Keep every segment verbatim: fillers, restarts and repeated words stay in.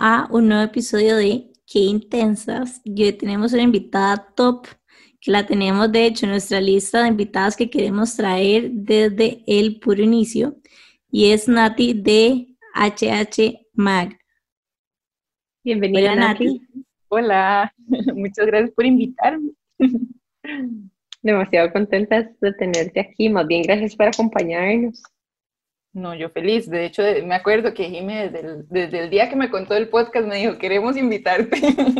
a un nuevo episodio de Qué Intensas. Y hoy tenemos una invitada top, que la tenemos de hecho en nuestra lista de invitadas que queremos traer desde el puro inicio, y es Nati de H H Mag. Bienvenida, Hola Nati. Nati. Hola, muchas gracias por invitarme. Demasiado contentas de tenerte aquí, más bien gracias por acompañarnos. No, yo feliz. De hecho, me acuerdo que Jimmy desde el, desde el día que me contó el podcast me dijo, queremos invitarte.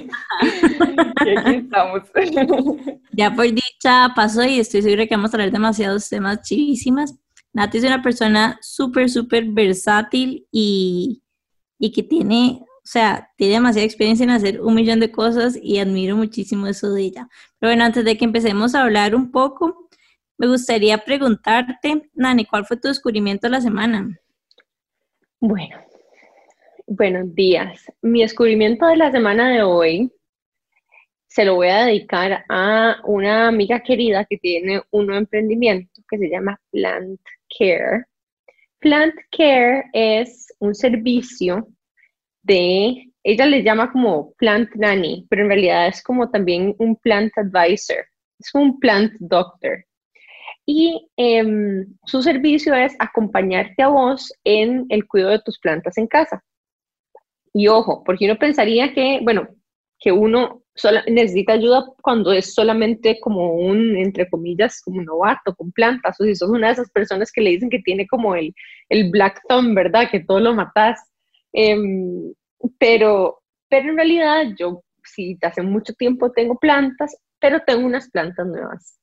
Y aquí estamos. Ya por dicha pasó y estoy segura que vamos a hablar demasiados temas chivísimas. Nati es una persona súper, súper versátil y, y que tiene, o sea, tiene demasiada experiencia en hacer un millón de cosas y admiro muchísimo eso de ella. Pero bueno, antes de que empecemos a hablar un poco, me gustaría preguntarte, Nani, ¿cuál fue tu descubrimiento de la semana? Bueno, buenos días. Mi descubrimiento de la semana de hoy se lo voy a dedicar a una amiga querida que tiene un nuevo emprendimiento que se llama Plant Care. Plant Care es un servicio de, ella le llama como Plant Nanny, pero en realidad es como también un Plant Advisor, es un Plant Doctor. Y eh, su servicio es acompañarte a vos en el cuidado de tus plantas en casa. Y ojo, porque uno pensaría que, bueno, que uno solo necesita ayuda cuando es solamente como un, entre comillas, como un novato con plantas, o si sos una de esas personas que le dicen que tiene como el, el black thumb, ¿verdad? Que todo lo matás. Eh, pero, pero en realidad yo sí, hace mucho tiempo tengo plantas, pero tengo unas plantas nuevas.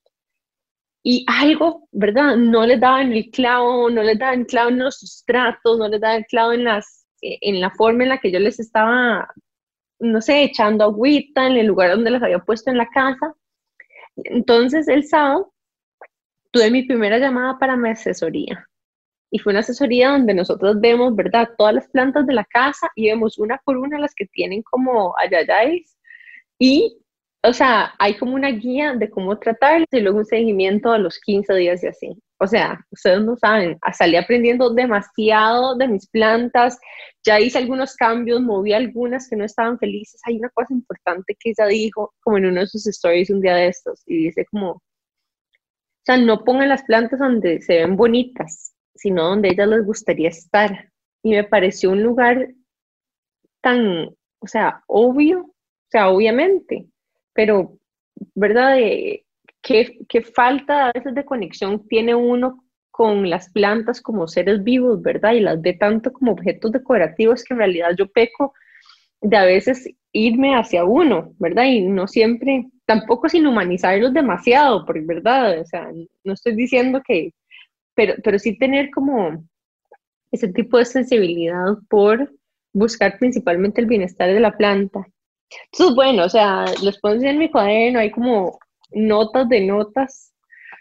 Y algo, ¿verdad? No les daban el clavo, no les daban el clavo en los sustratos, no les daban el clavo en, las, en la forma en la que yo les estaba, no sé, echando agüita en el lugar donde las había puesto en la casa. Entonces el sábado tuve mi primera llamada para mi asesoría. Y fue una asesoría donde nosotros vemos, ¿verdad? Todas las plantas de la casa y vemos una por una las que tienen como ayayáis. Y, o sea, hay como una guía de cómo tratarlas y luego un seguimiento a los quince días y así. O sea, ustedes no saben, salí aprendiendo demasiado de mis plantas, ya hice algunos cambios, moví algunas que no estaban felices. Hay una cosa importante que ella dijo, como en uno de sus stories un día de estos, y dice como, o sea, no pongan las plantas donde se ven bonitas, sino donde a ellas les gustaría estar. Y me pareció un lugar tan, o sea, obvio, o sea, obviamente, pero, ¿verdad? De, ¿qué, qué falta a veces de conexión tiene uno con las plantas como seres vivos, ¿verdad? Y las ve tanto como objetos decorativos que en realidad yo peco de a veces irme hacia uno, ¿verdad? Y no siempre, tampoco sin humanizarlos demasiado, porque, ¿verdad? O sea, no estoy diciendo que, pero, pero sí tener como ese tipo de sensibilidad por buscar principalmente el bienestar de la planta. Entonces, bueno, o sea, los pongo en mi cuaderno, hay como notas de notas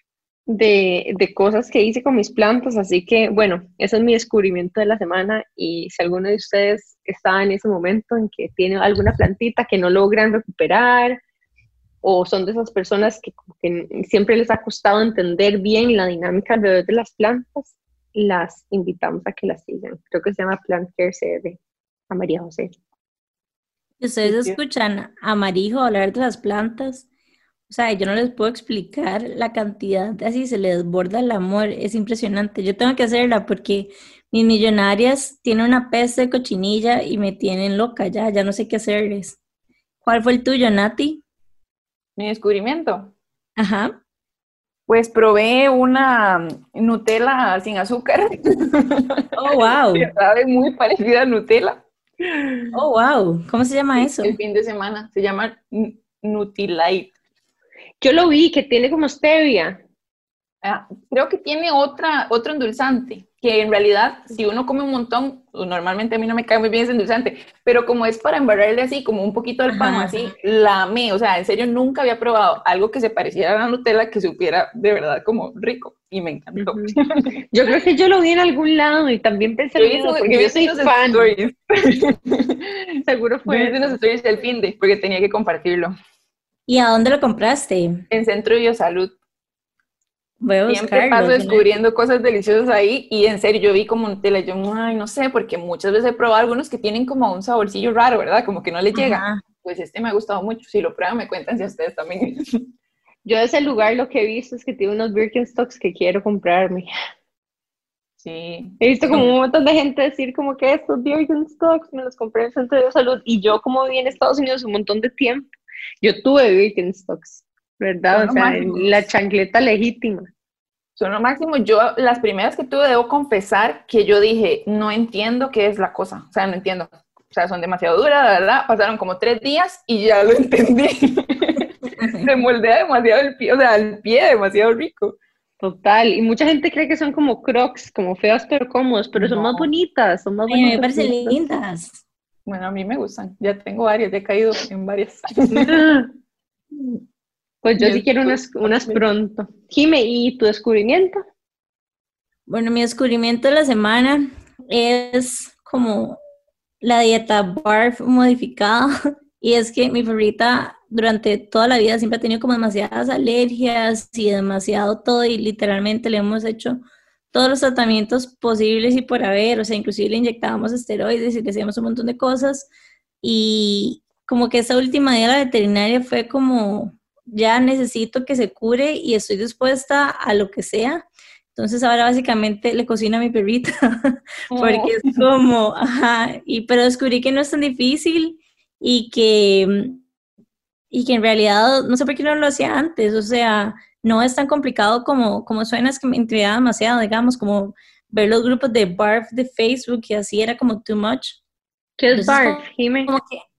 de, de cosas que hice con mis plantas, así que, bueno, ese es mi descubrimiento de la semana y si alguno de ustedes está en ese momento en que tiene alguna plantita que no logran recuperar o son de esas personas que, que siempre les ha costado entender bien la dinámica alrededor de las plantas, las invitamos a que las sigan. Creo que se llama Plant Care C R, a María José. Ustedes Sí, escuchan a Marijo hablar de las plantas, o sea, yo no les puedo explicar la cantidad de así se les desborda el amor, es impresionante. Yo tengo que hacerla porque mis millonarias tienen una peste de cochinilla y me tienen loca ya, ya no sé qué hacerles. ¿Cuál fue el tuyo, Nati? Mi descubrimiento. Ajá. Pues probé una Nutella sin azúcar. Oh, wow. Que sabe muy parecida a Nutella. Oh, wow. ¿Cómo se llama Sí, eso? el fin de semana. Se llama Nutrilite. Yo lo vi que tiene como stevia. Ah, creo que tiene otra, otro endulzante, que en realidad si uno come un montón, normalmente a mí no me cae muy bien ese endulzante, pero como es para embarrarle así, como un poquito al pan o Ajá. así, la amé. O sea, en serio nunca había probado algo que se pareciera a la Nutella que supiera de verdad como rico y me encantó. Uh-huh. Yo creo que yo lo vi en algún lado y también pensé Yo lo hice, mismo, porque yo yo hice soy unos fan. stories. Seguro Yo fue hice unos eso. stories del fin de, porque tenía que compartirlo. ¿Y a dónde lo compraste? En Centro de Biosalud. Voy a Siempre buscarlo. paso descubriendo cosas deliciosas ahí y en serio yo vi como Nutella, yo ay no sé, porque muchas veces he probado algunos que tienen como un saborcillo raro, ¿verdad? Como que no les llega. Ajá. Pues este me ha gustado mucho, si lo prueban me cuentan si a ustedes también. Yo de ese lugar lo que he visto es que tiene unos Birkenstocks que quiero comprarme. Sí. He visto como un montón de gente decir como que estos Birkenstocks me los compré en el centro de salud y yo como viví en Estados Unidos un montón de tiempo, yo tuve Birkenstocks, ¿verdad? Son O lo sea, máximo. la chancleta legítima. Son lo máximo. Yo, las primeras que tuve, debo confesar que yo dije, no entiendo qué es la cosa. O sea, no entiendo. O sea, son demasiado duras, la verdad. Pasaron como tres días y ya lo entendí. Se moldea demasiado el pie, o sea, el pie demasiado rico. Total, y mucha gente cree que son como Crocs, como feas pero cómodos, pero son No. más bonitas, son más Ay, me bonitas. parecen bonitas. lindas. Bueno, a mí me gustan. Ya tengo varias, ya he caído en varias. Pues yo sí quiero unas, unas pronto. Jime, ¿y tu descubrimiento? Bueno, mi descubrimiento de la semana es como la dieta BARF modificada. Y es que mi favorita durante toda la vida siempre ha tenido como demasiadas alergias y demasiado todo. Y literalmente le hemos hecho todos los tratamientos posibles y por haber. O sea, inclusive le inyectábamos esteroides y le hacíamos un montón de cosas. Y como que esa última día la veterinaria fue como, ya necesito que se cure y estoy dispuesta a lo que sea. Entonces ahora básicamente le cocino a mi perrita, porque Oh. es como, ajá, y, pero descubrí que no es tan difícil y que, y que en realidad no sé por qué no lo hacía antes, o sea, no es tan complicado como, como suena, es que me intrigaba demasiado, digamos, como ver los grupos de barf de Facebook y así era como too much. ¿Qué es Entonces BARF, como, Jime? como que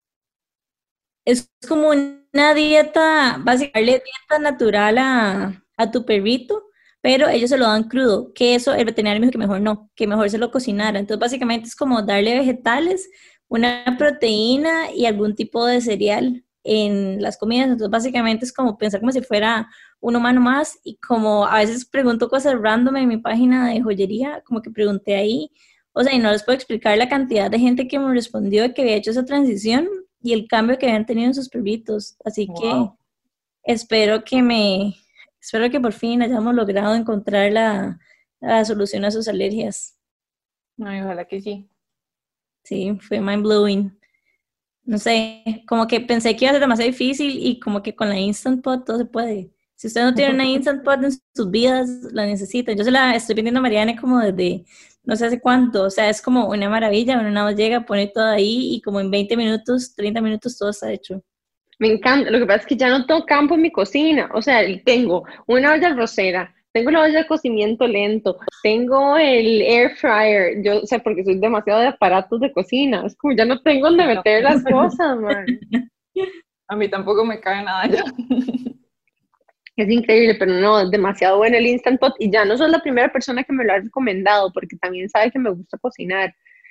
es como una dieta, básicamente dieta natural a, a tu perrito, pero ellos se lo dan crudo, que eso el veterinario me dijo que mejor no, que mejor se lo cocinara. Entonces básicamente es como darle vegetales, una proteína y algún tipo de cereal en las comidas. Entonces básicamente es como pensar como si fuera un humano más y como a veces pregunto cosas random en mi página de joyería, como que pregunté ahí, o sea, y no les puedo explicar la cantidad de gente que me respondió de que había hecho esa transición y el cambio que habían tenido en sus perritos. Así que Wow. espero que me, espero que por fin hayamos logrado encontrar la, la solución a sus alergias. Ay, ojalá que sí. Sí, fue mind blowing. No sé, como que pensé que iba a ser demasiado difícil y como que con la Instant Pot todo se puede. Si usted no tiene una Instant Pot en sus vidas, la necesita. Yo se la estoy vendiendo a Mariane como desde no sé hace cuánto, o sea, es como una maravilla, uno nada más llega, pone todo ahí y como en veinte minutos, treinta minutos todo está hecho. Me encanta, lo que pasa es que ya no tengo campo en mi cocina, o sea, tengo una olla arrocera, tengo la olla de cocimiento lento, tengo el air fryer, yo, o sea, porque soy demasiado de aparatos de cocina, es como ya no tengo donde meter las cosas, man. A mí tampoco me cae nada ya. Es increíble, pero no, es demasiado bueno el Instant Pot y ya no soy la primera persona que me lo ha recomendado, porque también sabe que me gusta cocinar.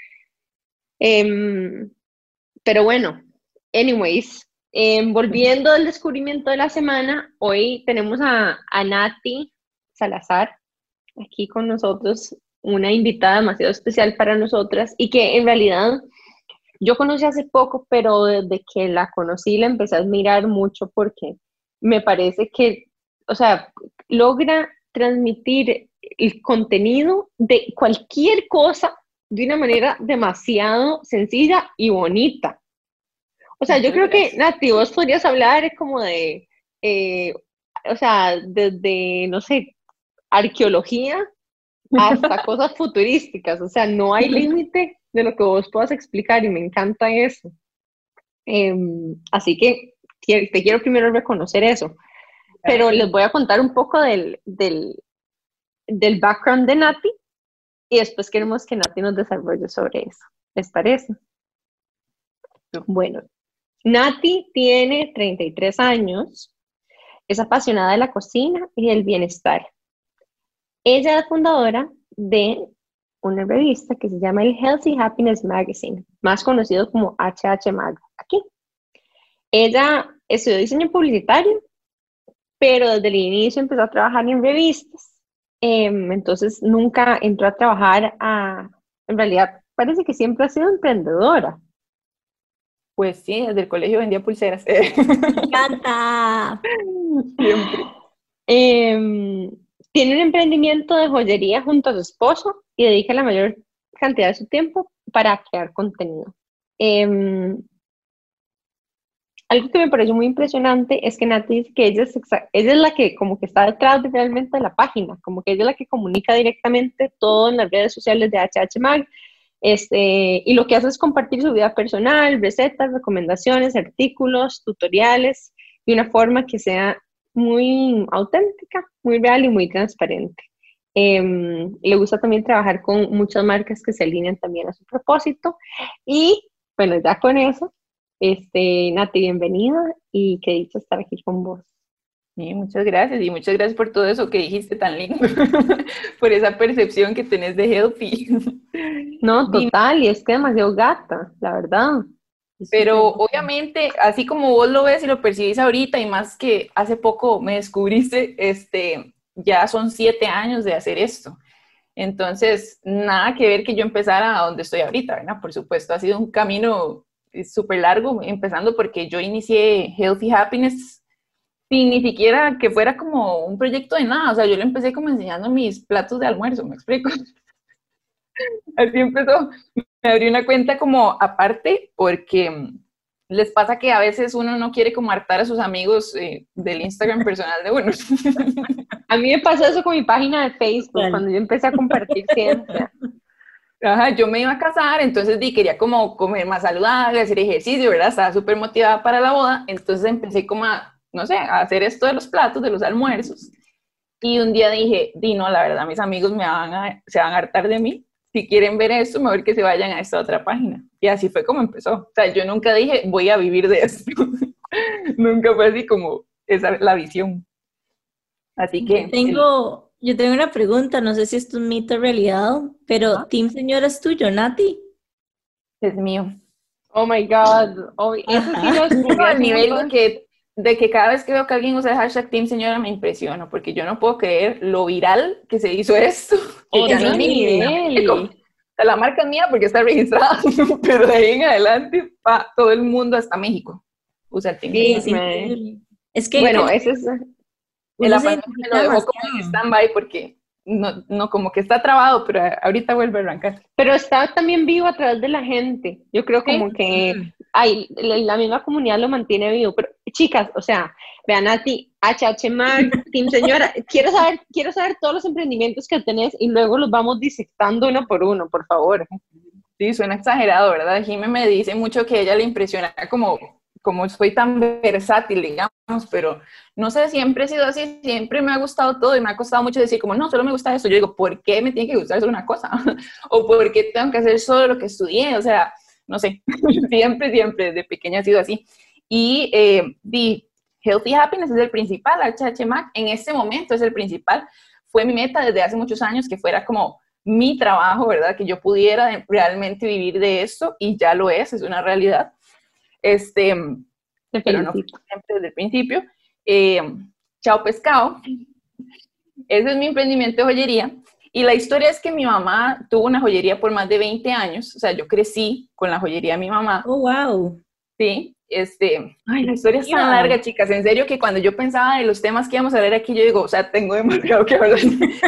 Em, pero bueno, anyways, em, volviendo al descubrimiento de la semana, hoy tenemos a, a Nati Salazar aquí con nosotros, una invitada demasiado especial para nosotras y que en realidad yo conocí hace poco, pero desde que la conocí la empecé a admirar mucho porque me parece que, o sea, logra transmitir el contenido de cualquier cosa de una manera demasiado sencilla y bonita. O sea, yo Muchas creo que, gracias. Nati, vos podrías hablar como de, eh, o sea, desde, no sé, arqueología hasta cosas futurísticas. O sea, no hay límite de lo que vos puedas explicar y me encanta eso. Eh, así que te quiero primero reconocer eso. Pero les voy a contar un poco del, del, del background de Nati y después queremos que Nati nos desarrolle sobre eso. ¿Les parece? Bueno, Nati tiene treinta y tres años, es apasionada de la cocina y del bienestar. Ella es fundadora de una revista que se llama el Healthy Happiness Magazine, más conocido como H H Mag aquí. Ella estudió diseño publicitario, pero desde el inicio empezó a trabajar en revistas. Eh, entonces nunca entró a trabajar a... En realidad parece que siempre ha sido emprendedora. Pues sí, desde el colegio vendía pulseras. ¡Me encanta! Siempre. Eh, tiene un emprendimiento de joyería junto a su esposo y dedica la mayor cantidad de su tiempo para crear contenido. Eh, algo que me pareció muy impresionante es que Nati dice que ella es, ella es la que como que está detrás de, realmente de la página, como que ella es la que comunica directamente todo en las redes sociales de H H Mag, este, y lo que hace es compartir su vida personal, recetas, recomendaciones, artículos, tutoriales, de una forma que sea muy auténtica, muy real y muy transparente. Eh, le gusta también trabajar con muchas marcas que se alinean también a su propósito. Y bueno, ya con eso, este, Nati, bienvenida y qué dicho estar aquí con vos. Sí, muchas gracias y muchas gracias por todo eso que dijiste tan lindo, por esa percepción que tenés de healthy. No, total, y es que demasiado gata, la verdad. Pero obviamente, así como vos lo ves y lo percibís ahorita, y más que hace poco me descubriste, este, ya son siete años de hacer esto. Entonces, nada que ver que yo empezara a donde estoy ahorita, ¿verdad? Por supuesto, ha sido un camino súper largo, empezando porque yo inicié Healthy Happiness sin ni siquiera que fuera como un proyecto de nada. O sea, yo lo empecé como enseñando mis platos de almuerzo, ¿me explico? Así empezó. Me abrí una cuenta como aparte porque les pasa que a veces uno no quiere como hartar a sus amigos eh, del Instagram personal de uno. A mí me pasó eso con mi página de Facebook, bueno, cuando yo empecé a compartir ciencia. Ajá, yo me iba a casar, entonces di, quería como comer más saludable, hacer ejercicio, ¿verdad? Estaba súper motivada para la boda, entonces empecé como a, no sé, a hacer esto de los platos, de los almuerzos. Y un día dije, di, no, la verdad, mis amigos me van a, se van a hartar de mí. Si quieren ver esto, mejor que se vayan a esta otra página. Y así fue como empezó. O sea, yo nunca dije, voy a vivir de esto. Nunca fue así como esa la visión. Así que... Yo tengo, el... yo tengo una pregunta, no sé si esto es un mito o realidad, pero ¿ah? ¿Team Señora es tuyo, Nati? Es mío. Oh my God. Oh, eso sí lo es al nivel de que, de que cada vez que veo que alguien usa el hashtag Team Señora me impresiono, porque yo no puedo creer lo viral que se hizo esto. Oh, ya no es mi nivel. La marca es mía porque está registrada, pero de ahí en adelante, pa, todo el mundo, hasta México, usa el Team sí, Señora. Sí, es que bueno, ese es... En la pandemia me lo dejó como en stand-by porque no, no, como que está trabado, pero ahorita vuelve a arrancar. Pero está también vivo a través de la gente. Yo creo como ¿sí? que ay, la, la misma comunidad lo mantiene vivo. Pero chicas, o sea, vean a ti, H H Mag, Team Señora, quiero saber, quiero saber todos los emprendimientos que tenés y luego los vamos disectando uno por uno, por favor. Sí, suena exagerado, ¿verdad? Jimé me dice mucho que a ella le impresiona como... como soy tan versátil, digamos, pero no sé, siempre he sido así, siempre me ha gustado todo y me ha costado mucho decir como, no, solo me gusta eso. Yo digo, ¿por qué me tiene que gustar solo una cosa? ¿O por qué tengo que hacer solo lo que estudié? O sea, no sé, siempre, siempre, desde pequeña ha sido así. Y eh, the Healthy Happiness es el principal, H H Mag, en este momento es el principal. Fue mi meta desde hace muchos años que fuera como mi trabajo, ¿verdad? Que yo pudiera realmente vivir de esto y ya lo es, es una realidad. Este, pero no fue siempre desde el principio. Eh, Chao Pescado, ese es mi emprendimiento de joyería. Y la historia es que mi mamá tuvo una joyería por más de veinte años. O sea, yo crecí con la joyería de mi mamá. Oh, wow. Sí, este, ay, la historia es tan larga, chicas. En serio que cuando yo pensaba de los temas que íbamos a hablar aquí, yo digo, o sea, tengo demasiado que hablar.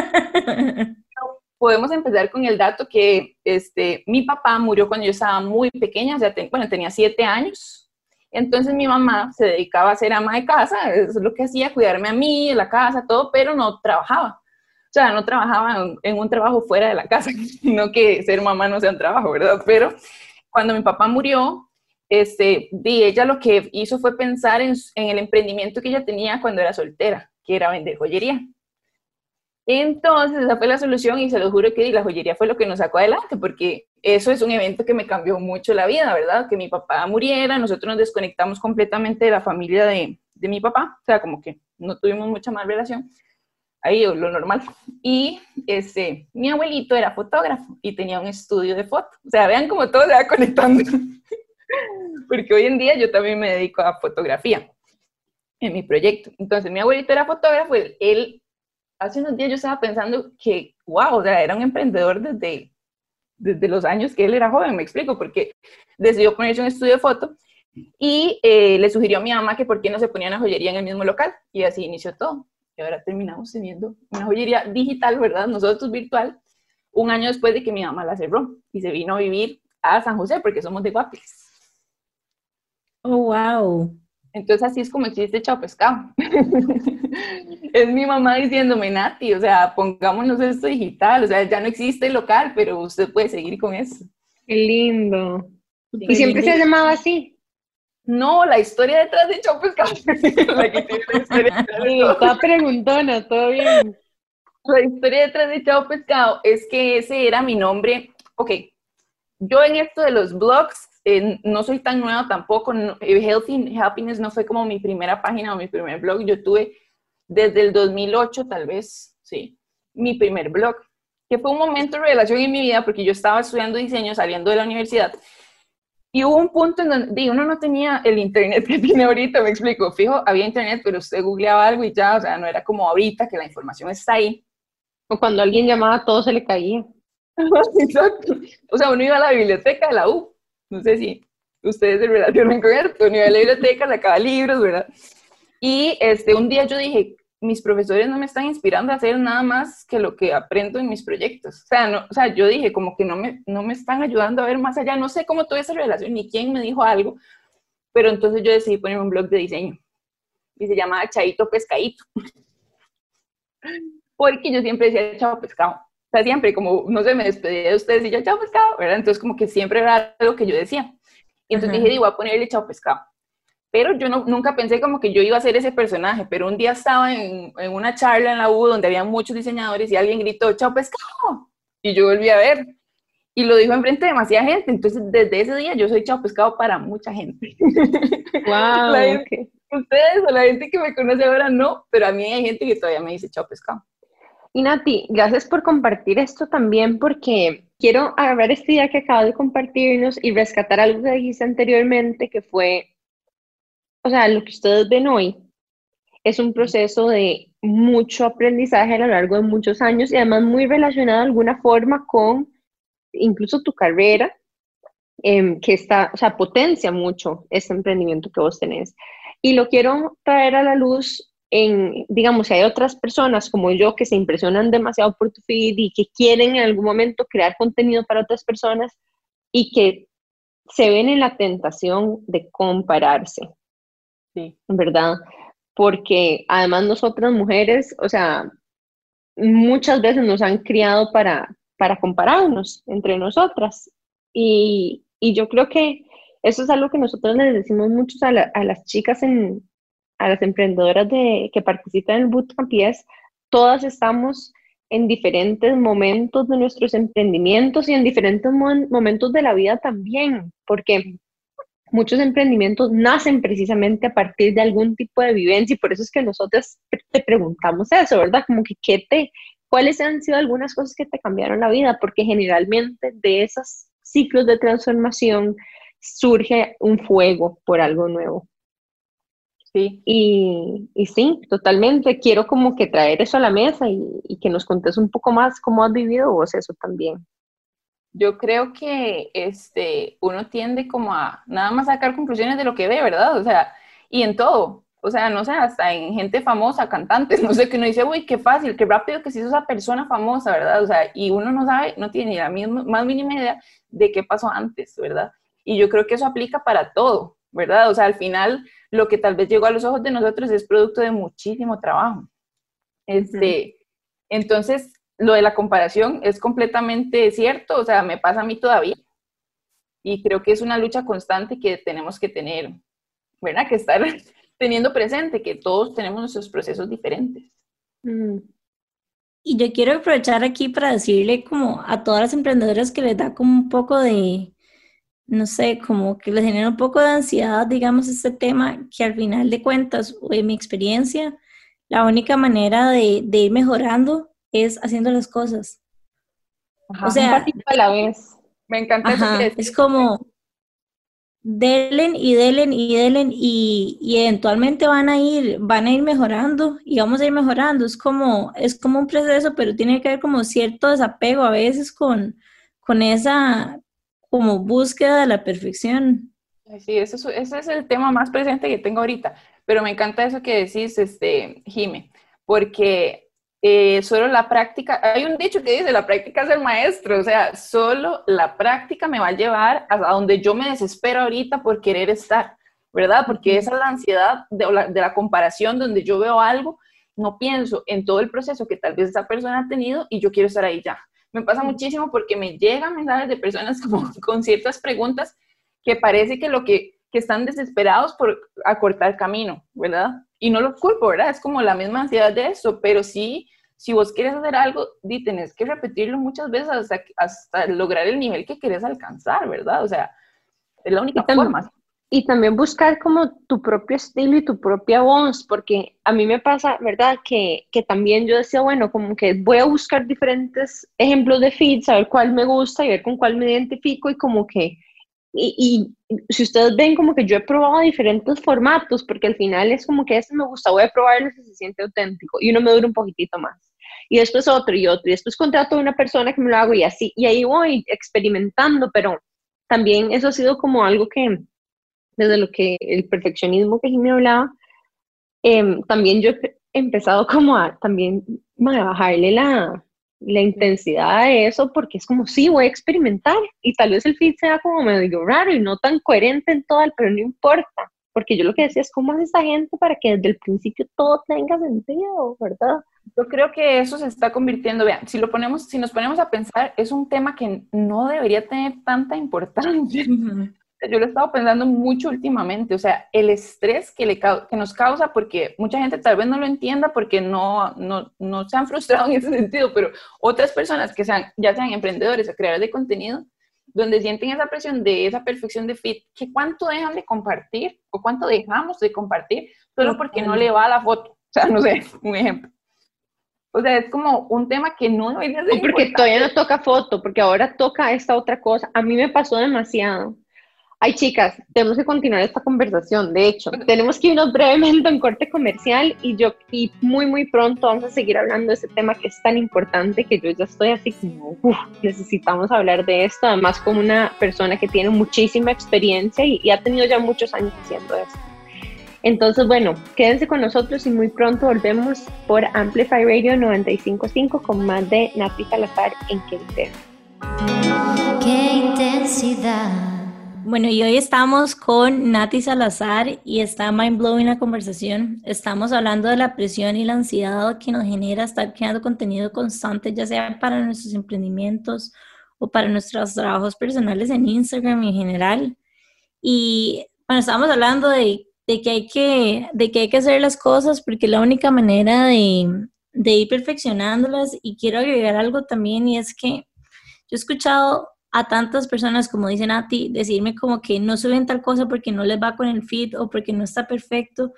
Podemos empezar con el dato que este, mi papá murió cuando yo estaba muy pequeña, o sea, ten, bueno, tenía siete años. Entonces mi mamá se dedicaba a ser ama de casa, eso es lo que hacía, cuidarme a mí, la casa, todo, pero no trabajaba. O sea, no trabajaba en, en un trabajo fuera de la casa, no que ser mamá no sea un trabajo, ¿verdad? Pero cuando mi papá murió, este, y ella lo que hizo fue pensar en, en el emprendimiento que ella tenía cuando era soltera, que era vender joyería. Entonces, esa fue la solución y se lo juro que la joyería fue lo que nos sacó adelante, porque eso es un evento que me cambió mucho la vida, ¿verdad? Que mi papá muriera, nosotros nos desconectamos completamente de la familia de, de mi papá, o sea, como que no tuvimos mucha más relación, ahí lo normal. Y este, mi abuelito era fotógrafo y tenía un estudio de foto, o sea, vean cómo todo se va conectando, porque hoy en día yo también me dedico a fotografía en mi proyecto. Entonces, mi abuelito era fotógrafo, él... él hace unos días yo estaba pensando que, wow, o sea, era un emprendedor desde, desde los años que él era joven, me explico, porque decidió ponerse un estudio de foto y eh, le sugirió a mi mamá que por qué no se ponía una joyería en el mismo local, y así inició todo. y ahora terminamos teniendo una joyería digital, ¿verdad? Nosotros virtual, un año después de que mi mamá la cerró y se vino a vivir a San José porque somos de Guapiles. Oh, wow. Entonces así es como existe Chao Pescado. Es mi mamá diciéndome, Nati, o sea, pongámonos esto digital, o sea, ya no existe el local, pero usted puede seguir con eso. Qué lindo. Súper ¿Y siempre se lindo. ha llamado así? No, la historia detrás de Chao Pescado. La que tiene la historia detrás de Sí, todo. está preguntona, todo bien. La historia detrás de Chao Pescado es que ese era mi nombre. Ok, yo en esto de los blogs eh, no soy tan nueva tampoco. No, Healthy Happiness no fue como mi primera página o mi primer blog. Yo tuve desde el dos mil ocho, tal vez, sí, mi primer blog, que fue un momento de revelación en mi vida porque yo estaba estudiando diseño saliendo de la universidad y hubo un punto en donde di, uno no tenía el internet que tiene ahorita, me explico. Fijo, había internet, pero usted googleaba algo y ya, o sea, no era como ahorita que la información está ahí. O cuando alguien llamaba, todo se le caía. Exacto. O sea, uno iba a la biblioteca de la U, no sé si ustedes se relacionan con esto, uno iba a la biblioteca, sacaba libros, ¿verdad? Y este, un día yo dije, mis profesores no me están inspirando a hacer nada más que lo que aprendo en mis proyectos. O sea, no, o sea yo dije, como que no me, no me están ayudando a ver más allá, no sé cómo tuve esa relación ni quién me dijo algo, pero entonces yo decidí poner un blog de diseño y se llamaba Chaito Pescadito. Porque yo siempre decía chao pescado. O sea, siempre, como, no sé, me despedía de ustedes y yo, chao pescado, ¿verdad? Entonces, como que siempre era algo que yo decía. Y entonces uh-huh. dije, voy a ponerle chao pescado. Pero yo no, nunca pensé como que yo iba a ser ese personaje. Pero un día estaba en, en una charla en la U donde había muchos diseñadores y alguien gritó, chao pescado. Y yo volví a ver. Y lo dijo enfrente de demasiada gente. Entonces, desde ese día, yo soy chao pescado para mucha gente. Wow, la gente, okay. Ustedes o la gente que me conoce ahora no, pero a mí hay gente que todavía me dice chao pescado. Y Nati, gracias por compartir esto también, porque quiero agarrar esta idea que acabo de compartirnos y rescatar algo que dijiste anteriormente, que fue, o sea, lo que ustedes ven hoy es un proceso de mucho aprendizaje a lo largo de muchos años y además muy relacionado de alguna forma con incluso tu carrera, eh, que está, o sea, potencia mucho este emprendimiento que vos tenés. Y lo quiero traer a la luz en, digamos, si hay otras personas como yo que se impresionan demasiado por tu feed y que quieren en algún momento crear contenido para otras personas y que se ven en la tentación de compararse, sí, ¿verdad? Porque además nosotras mujeres, o sea, muchas veces nos han criado para, para compararnos entre nosotras y, y yo creo que eso es algo que nosotros les decimos mucho a, la, a las chicas en a las emprendedoras de, que participan en el bootcamp y es, todas estamos en diferentes momentos de nuestros emprendimientos y en diferentes mo- momentos de la vida también, porque muchos emprendimientos nacen precisamente a partir de algún tipo de vivencia y por eso es que nosotros te preguntamos eso, ¿verdad? Como que, ¿qué te, ¿cuáles han sido algunas cosas que te cambiaron la vida? Porque generalmente de esos ciclos de transformación surge un fuego por algo nuevo. Sí. Y, y sí, totalmente. Quiero como que traer eso a la mesa y, y que nos contes un poco más cómo has vivido vos eso también. Yo creo que este, uno tiende como a nada más sacar conclusiones de lo que ve, ¿verdad? O sea, y en todo. O sea, no sé, hasta en gente famosa, cantantes, no sé, que uno dice, uy, qué fácil, qué rápido que se hizo esa persona famosa, ¿verdad? O sea, y uno no sabe, no tiene ni la misma, más mínima idea de qué pasó antes, ¿verdad? Y yo creo que eso aplica para todo, ¿verdad? O sea, al final, lo que tal vez llegó a los ojos de nosotros es producto de muchísimo trabajo. Este, uh-huh. Entonces, lo de la comparación es completamente cierto, o sea, me pasa a mí todavía. Y creo que es una lucha constante que tenemos que tener, ¿verdad? Que estar teniendo presente que todos tenemos nuestros procesos diferentes. Mm. Y yo quiero aprovechar aquí para decirle como a todas las emprendedoras que les da como un poco de, no sé, como que les genera un poco de ansiedad, digamos, este tema, que al final de cuentas, o en mi experiencia, la única manera de, de ir mejorando es haciendo las cosas. Ajá, o sea, un pasito a la vez. Me encanta ajá, eso que decís. Es como delen y delen y delen y, y eventualmente van a ir, van a ir mejorando y vamos a ir mejorando. Es como, es como un proceso, pero tiene que haber como cierto desapego a veces con, con esa como búsqueda de la perfección. Sí, ese es, ese es el tema más presente que tengo ahorita, pero me encanta eso que decís, este, Jime, porque eh, solo la práctica, hay un dicho que dice, la práctica es el maestro, o sea, solo la práctica me va a llevar a donde yo me desespero ahorita por querer estar, ¿verdad? Porque esa es la ansiedad de la, de la comparación, donde yo veo algo, no pienso en todo el proceso que tal vez esa persona ha tenido y yo quiero estar ahí ya. Me pasa muchísimo porque me llegan mensajes de personas como, con ciertas preguntas que parece que lo que, que están desesperados por acortar camino, ¿verdad? Y no lo culpo, ¿verdad? Es como la misma ansiedad de eso, pero sí, si vos quieres hacer algo, di, tenés que repetirlo muchas veces hasta, hasta lograr el nivel que querés alcanzar, ¿verdad? O sea, es la única y forma. Y también buscar como tu propio estilo y tu propia voz, porque a mí me pasa, ¿verdad? Que, que también yo decía, bueno, como que voy a buscar diferentes ejemplos de feeds, a ver cuál me gusta y ver con cuál me identifico y como que, y, y si ustedes ven como que yo he probado diferentes formatos, porque al final es como que este me gusta, voy a probarlo si se siente auténtico y uno me dura un poquitito más. Y después otro y otro, y después contrato a una persona que me lo hago y así, y ahí voy experimentando, pero también eso ha sido como algo que desde lo que el perfeccionismo que Jimmy hablaba, eh, también yo he empezado como a también a bajarle la, la intensidad a eso, porque es como, sí, voy a experimentar, y tal vez el feed sea como medio raro y no tan coherente en todo, pero no importa, porque yo lo que decía es, ¿cómo hace esta gente para que desde el principio todo tenga sentido, verdad? Yo creo que eso se está convirtiendo, vean, si lo ponemos, si nos ponemos a pensar, es un tema que no debería tener tanta importancia. Uh-huh. Yo lo he estado pensando mucho últimamente, o sea, el estrés que, le, que nos causa, porque mucha gente tal vez no lo entienda porque no, no, no se han frustrado en ese sentido, pero otras personas que sean, ya sean emprendedores o creadores de contenido, donde sienten esa presión de esa perfección de feed, que cuánto dejan de compartir o cuánto dejamos de compartir solo porque no le va a la foto, o sea, no sé, un ejemplo. O sea, es como un tema que no debería ser o porque importante. Todavía no toca foto, porque ahora toca esta otra cosa. A mí me pasó demasiado. Ay, chicas, tenemos que continuar esta conversación. De hecho, tenemos que irnos brevemente a un corte comercial y yo y muy, muy pronto vamos a seguir hablando de este tema que es tan importante que yo ya estoy así como, uff, necesitamos hablar de esto. Además, como una persona que tiene muchísima experiencia y, y ha tenido ya muchos años haciendo esto. Entonces, bueno, quédense con nosotros y muy pronto volvemos por Amplify Radio noventa y cinco punto cinco con más de Nati Salazar en Quintero. ¡Qué intensidad! Bueno, y hoy estamos con Nati Salazar y está mind blowing la conversación. Estamos hablando de la presión y la ansiedad que nos genera estar creando contenido constante, ya sea para nuestros emprendimientos o para nuestros trabajos personales en Instagram en general. Y bueno, estábamos hablando de, de, que hay que, de que hay que hacer las cosas porque la única manera de, de ir perfeccionándolas. Y quiero agregar algo también, y es que yo he escuchado a tantas personas, como dicen a ti, decirme como que no suben tal cosa porque no les va con el feed o porque no está perfecto.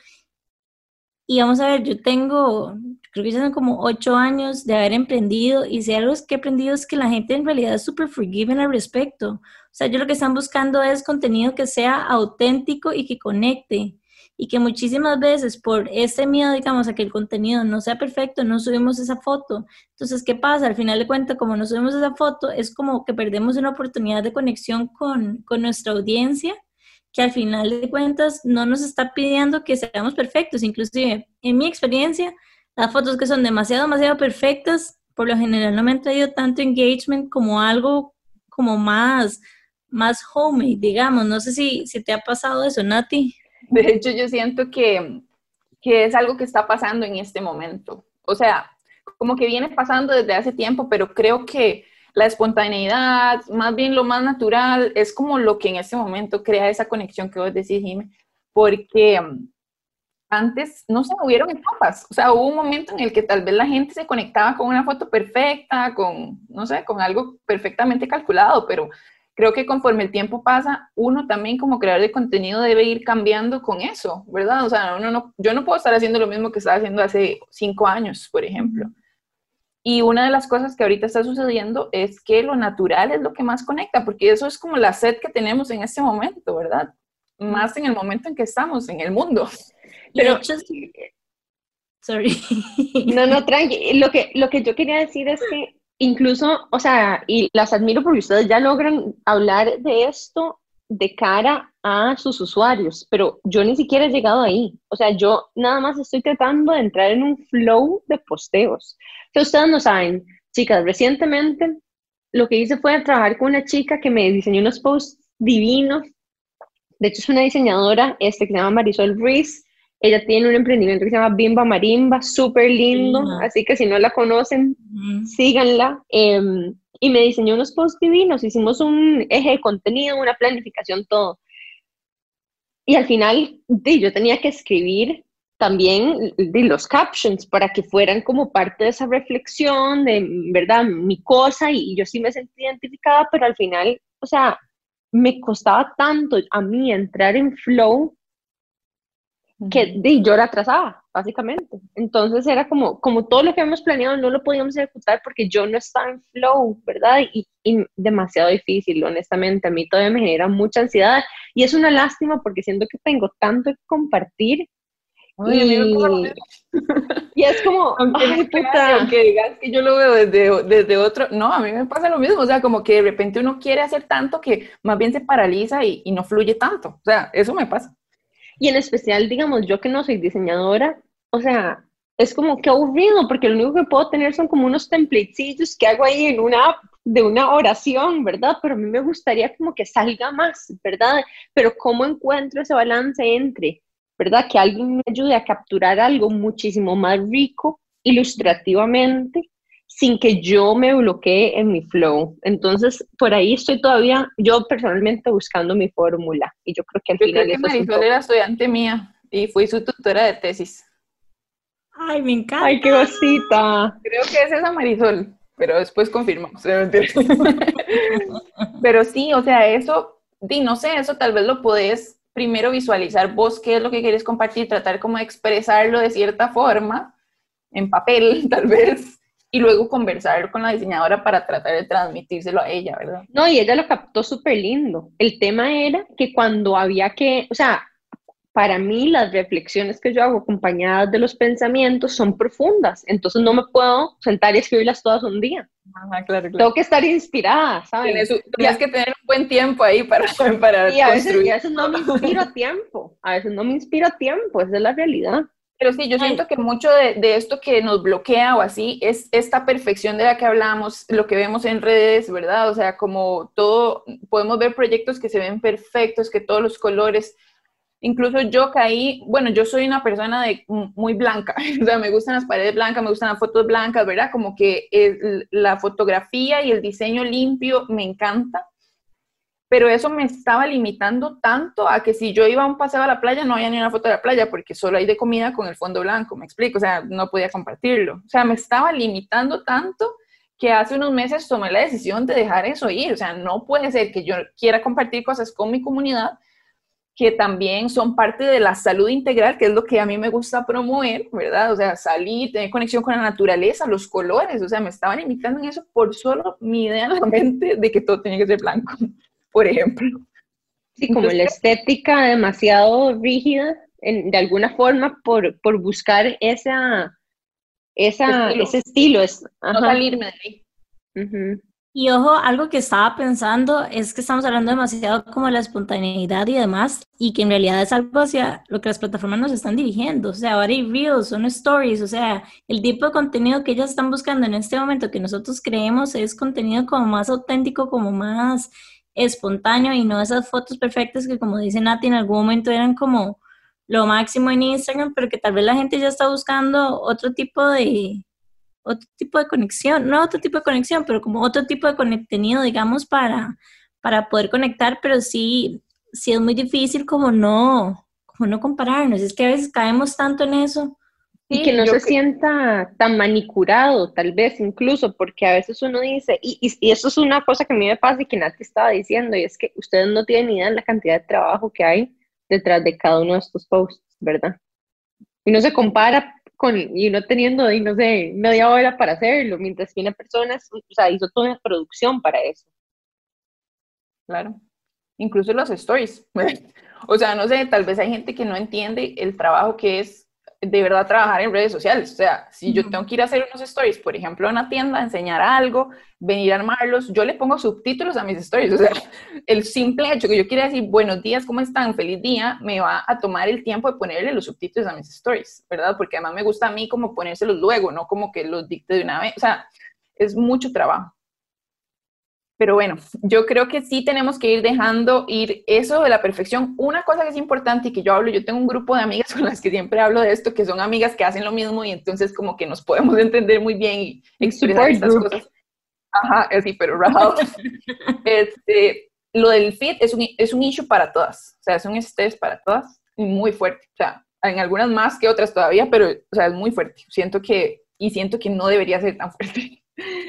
Y vamos a ver, yo tengo, creo que ya son como ocho años de haber emprendido, y si algo que he aprendido es que la gente en realidad es súper forgiving al respecto. O sea, yo lo que están buscando es contenido que sea auténtico y que conecte. Y que muchísimas veces por este miedo, digamos, a que el contenido no sea perfecto, no subimos esa foto. Entonces, ¿qué pasa? Al final de cuentas, como no subimos esa foto, es como que perdemos una oportunidad de conexión con, con nuestra audiencia, que al final de cuentas no nos está pidiendo que seamos perfectos. Inclusive, en mi experiencia, las fotos que son demasiado, demasiado perfectas, por lo general no me han traído tanto engagement como algo como más, más homemade, digamos. No sé si, si te ha pasado eso, Nati. De hecho, yo siento que, que es algo que está pasando en este momento. O sea, como que viene pasando desde hace tiempo, pero creo que la espontaneidad, más bien lo más natural, es como lo que en este momento crea esa conexión que vos decís, Jimmy, porque um, antes, no se hubieron etapas. O sea, hubo un momento en el que tal vez la gente se conectaba con una foto perfecta, con, no sé, con algo perfectamente calculado, pero creo que conforme el tiempo pasa, uno también como creador de contenido debe ir cambiando con eso, ¿verdad? O sea, uno no, yo no puedo estar haciendo lo mismo que estaba haciendo hace cinco años, por ejemplo. Y una de las cosas que ahorita está sucediendo es que lo natural es lo que más conecta, porque eso es como la sed que tenemos en este momento, ¿verdad? Más en el momento en que estamos, en el mundo. Pero, hecho, sorry. No, no, tranqui. Lo que, lo que yo quería decir es que incluso, o sea, y las admiro porque ustedes ya logran hablar de esto de cara a sus usuarios, pero yo ni siquiera he llegado ahí. O sea, yo nada más estoy tratando de entrar en un flow de posteos. O sea, ustedes no saben, chicas, recientemente lo que hice fue trabajar con una chica que me diseñó unos posts divinos. De hecho, es una diseñadora este, que se llama Marisol Ruiz. Ella tiene un emprendimiento que se llama Bimba Marimba, súper lindo, Ajá. así que si no la conocen, Ujú. síganla. Eh, y me diseñó unos posts divinos, hicimos un eje de contenido, una planificación, todo. Y al final, di, yo tenía que escribir también di, los captions para que fueran como parte de esa reflexión de, ¿verdad?, mi cosa, y, y yo sí me sentí identificada, pero al final, o sea, me costaba tanto a mí entrar en flow que Ujú. di, yo la atrasaba, básicamente. Entonces era como, como todo lo que habíamos planeado no lo podíamos ejecutar porque yo no estaba en flow, ¿verdad? Y, y demasiado difícil, honestamente. A mí todavía me genera mucha ansiedad y es una lástima porque siento que tengo tanto que compartir Ay, a mí me pasa lo y, mismo. y es como, Aunque no ay, creas y puta. aunque digas que yo lo veo desde, desde otro, no, a mí me pasa lo mismo, o sea, como que de repente uno quiere hacer tanto que más bien se paraliza y, y no fluye tanto, o sea, eso me pasa. Y en especial, digamos, yo que no soy diseñadora, o sea, es como que aburrido, porque lo único que puedo tener son como unos templatecillos que hago ahí en una app de una oración, ¿verdad? Pero a mí me gustaría como que salga más, ¿verdad? Pero ¿cómo encuentro ese balance entre, ¿verdad? Que alguien me ayude a capturar algo muchísimo más rico ilustrativamente sin que yo me bloquee en mi flow. Entonces, por ahí estoy todavía, yo personalmente buscando mi fórmula y yo creo que al Yo creo final que eso es un Marisol poco. era estudiante mía y fui su tutora de tesis. Ay, me Ay, encanta. qué cosita. Creo que es esa Marisol, pero después confirmamos. Pero sí, o sea, eso, di, no sé, eso tal vez lo podés primero visualizar vos qué es lo que quieres compartir, tratar como de expresarlo de cierta forma, en papel tal vez, y luego conversar con la diseñadora para tratar de transmitírselo a ella, ¿verdad? No, y ella lo captó súper lindo. El tema era que cuando había que, o sea, para mí las reflexiones que yo hago acompañadas de los pensamientos son profundas, entonces no me puedo sentar y escribirlas todas un día. Ajá, claro, claro. Tengo que estar inspirada, ¿saben? Tienes, Y tienes a, que tener un buen tiempo ahí para, para y a veces, y a construir. veces no me inspiro a tiempo, a veces no me inspiro a tiempo, esa es la realidad. Pero sí, yo Ay, siento que mucho de, de esto que nos bloquea o así es esta perfección de la que hablamos, lo que vemos en redes, ¿verdad? O sea, como todo, podemos ver proyectos que se ven perfectos, que todos los colores, incluso yo caí, bueno, yo soy una persona de, muy blanca, o sea, me gustan las paredes blancas, me gustan las fotos blancas, ¿verdad? Como que el, la fotografía y el diseño limpio me encanta, pero eso me estaba limitando tanto a que si yo iba a un paseo a la playa no había ni una foto de la playa porque solo hay de comida con el fondo blanco, me explico, o sea, no podía compartirlo. O sea, me estaba limitando tanto que hace unos meses tomé la decisión de dejar eso ir. O sea, no puede ser que yo quiera compartir cosas con mi comunidad que también son parte de la salud integral, que es lo que a mí me gusta promover, ¿verdad? O sea, salir, tener conexión con la naturaleza, los colores, o sea, me estaba limitando en eso por solo mi idea en la mente de que todo tenía que ser blanco, por ejemplo. Sí, como la Inclusive, estética demasiado rígida, en- de alguna forma, por, por buscar esa, esa, estilo, ese estilo. Es, no ajá. salirme de ahí. Ujú. y ojo, algo que estaba pensando es que estamos hablando demasiado como de la espontaneidad y demás, y que en realidad es algo hacia lo que las plataformas nos están dirigiendo. O sea, ahora hay reels, son stories, o sea, el tipo de contenido que ellas están buscando en este momento que nosotros creemos es contenido como más auténtico, como más espontáneo y no esas fotos perfectas que, como dice Nati, en algún momento eran como lo máximo en Instagram, pero que tal vez la gente ya está buscando otro tipo de otro tipo de conexión, no otro tipo de conexión, pero como otro tipo de contenido, digamos, para, para poder conectar, pero sí, sí es muy difícil como no, como no compararnos, es que a veces caemos tanto en eso. Y que Sí, no yo, se sienta tan manicurado, tal vez incluso, porque a veces uno dice, y, y, y eso es una cosa que a mí me pasa y que Nati estaba diciendo, y es que ustedes no tienen ni idea de la cantidad de trabajo que hay detrás de cada uno de estos posts, ¿verdad? Y uno se compara con, y uno teniendo, y no sé, media hora para hacerlo, mientras que una persona, o sea, hizo toda una producción para eso. claro, incluso los stories. O sea, no sé, tal vez hay gente que no entiende el trabajo que es de verdad trabajar en redes sociales. O sea, si yo tengo que ir a hacer unos stories, por ejemplo, a una tienda, enseñar algo, venir a armarlos, yo le pongo subtítulos a mis stories. O sea, el simple hecho que yo quiera decir, buenos días, ¿cómo están? Feliz día, me va a tomar el tiempo de ponerle los subtítulos a mis stories, ¿verdad? Porque además me gusta a mí como ponérselos luego, no como que los dicte de una vez. O sea, es mucho trabajo. Pero bueno, yo creo que sí tenemos que ir dejando ir eso de la perfección. Una cosa que es importante y que yo hablo, yo tengo un grupo de amigas con las que siempre hablo de esto, que son amigas que hacen lo mismo y entonces como que nos podemos entender muy bien y expresar estas cosas. Ajá, así, pero rajado. este, lo del fit es un, es un issue para todas, o sea, es un estrés para todas y muy fuerte. O sea, en algunas más que otras todavía, pero o sea, es muy fuerte. Siento que, y siento que no debería ser tan fuerte.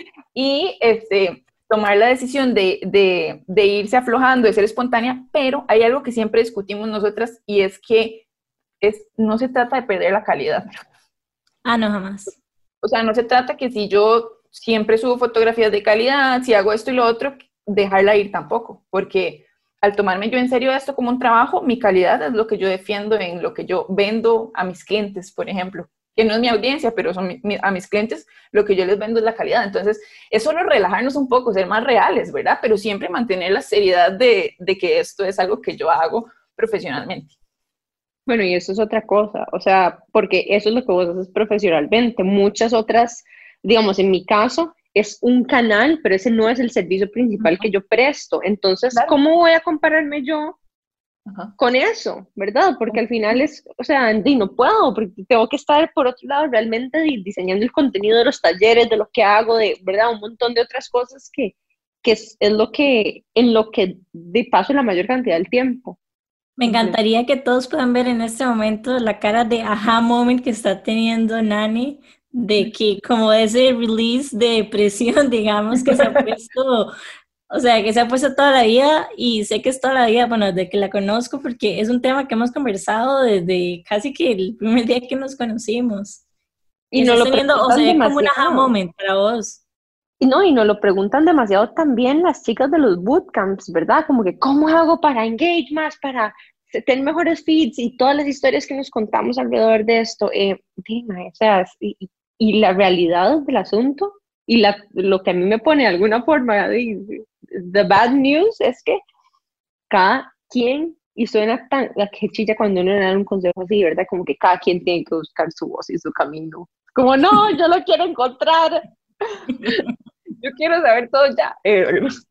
Y este... tomar la decisión de, de, de irse aflojando, de ser espontánea, pero hay algo que siempre discutimos nosotras y es que es, no se trata de perder la calidad. Ah, no, jamás. O sea, no se trata que si yo siempre subo fotografías de calidad, si hago esto y lo otro, dejarla ir tampoco, porque al tomarme yo en serio esto como un trabajo, mi calidad es lo que yo defiendo en lo que yo vendo a mis clientes, por ejemplo, que no es mi audiencia, pero son mi, mi, a mis clientes lo que yo les vendo es la calidad. Entonces, es solo relajarnos un poco, ser más reales, ¿verdad? Pero siempre mantener la seriedad de, de que esto es algo que yo hago profesionalmente. Bueno, y eso es otra cosa, o sea, porque eso es lo que vos haces profesionalmente. Muchas otras, digamos, en mi caso, es un canal, pero ese no es el servicio principal que yo presto. Entonces, claro, ¿cómo voy a compararme yo Ajá. con eso, verdad? Porque al final es, o sea, no puedo, porque tengo que estar por otro lado realmente diseñando el contenido de los talleres, de lo que hago, de, verdad, un montón de otras cosas que, que es, es lo que, en lo que de paso la mayor cantidad del tiempo. Me encantaría que todos puedan ver en este momento la cara de aha moment que está teniendo Nani, de que como ese release de depresión, digamos, que se ha puesto, o sea, que se ha puesto toda la vida, y sé que es toda la vida, bueno, desde que la conozco, porque es un tema que hemos conversado desde casi que el primer día que nos conocimos. Y, y no lo teniendo, o sea, como un aha moment para vos. Y no, y nos lo preguntan demasiado también las chicas de los bootcamps, ¿verdad? Como que, ¿cómo hago para engage más, para tener mejores feeds y todas las historias que nos contamos alrededor de esto? Eh, dime, o sea, y, y la realidad del asunto, y la, lo que a mí me pone de alguna forma, the, the bad news, es que cada quien, y suena tan, la que chilla cuando uno le da un consejo así, ¿verdad? Como que cada quien tiene que buscar su voz y su camino. Como, no, yo lo quiero encontrar. Yo quiero saber todo ya. Eh,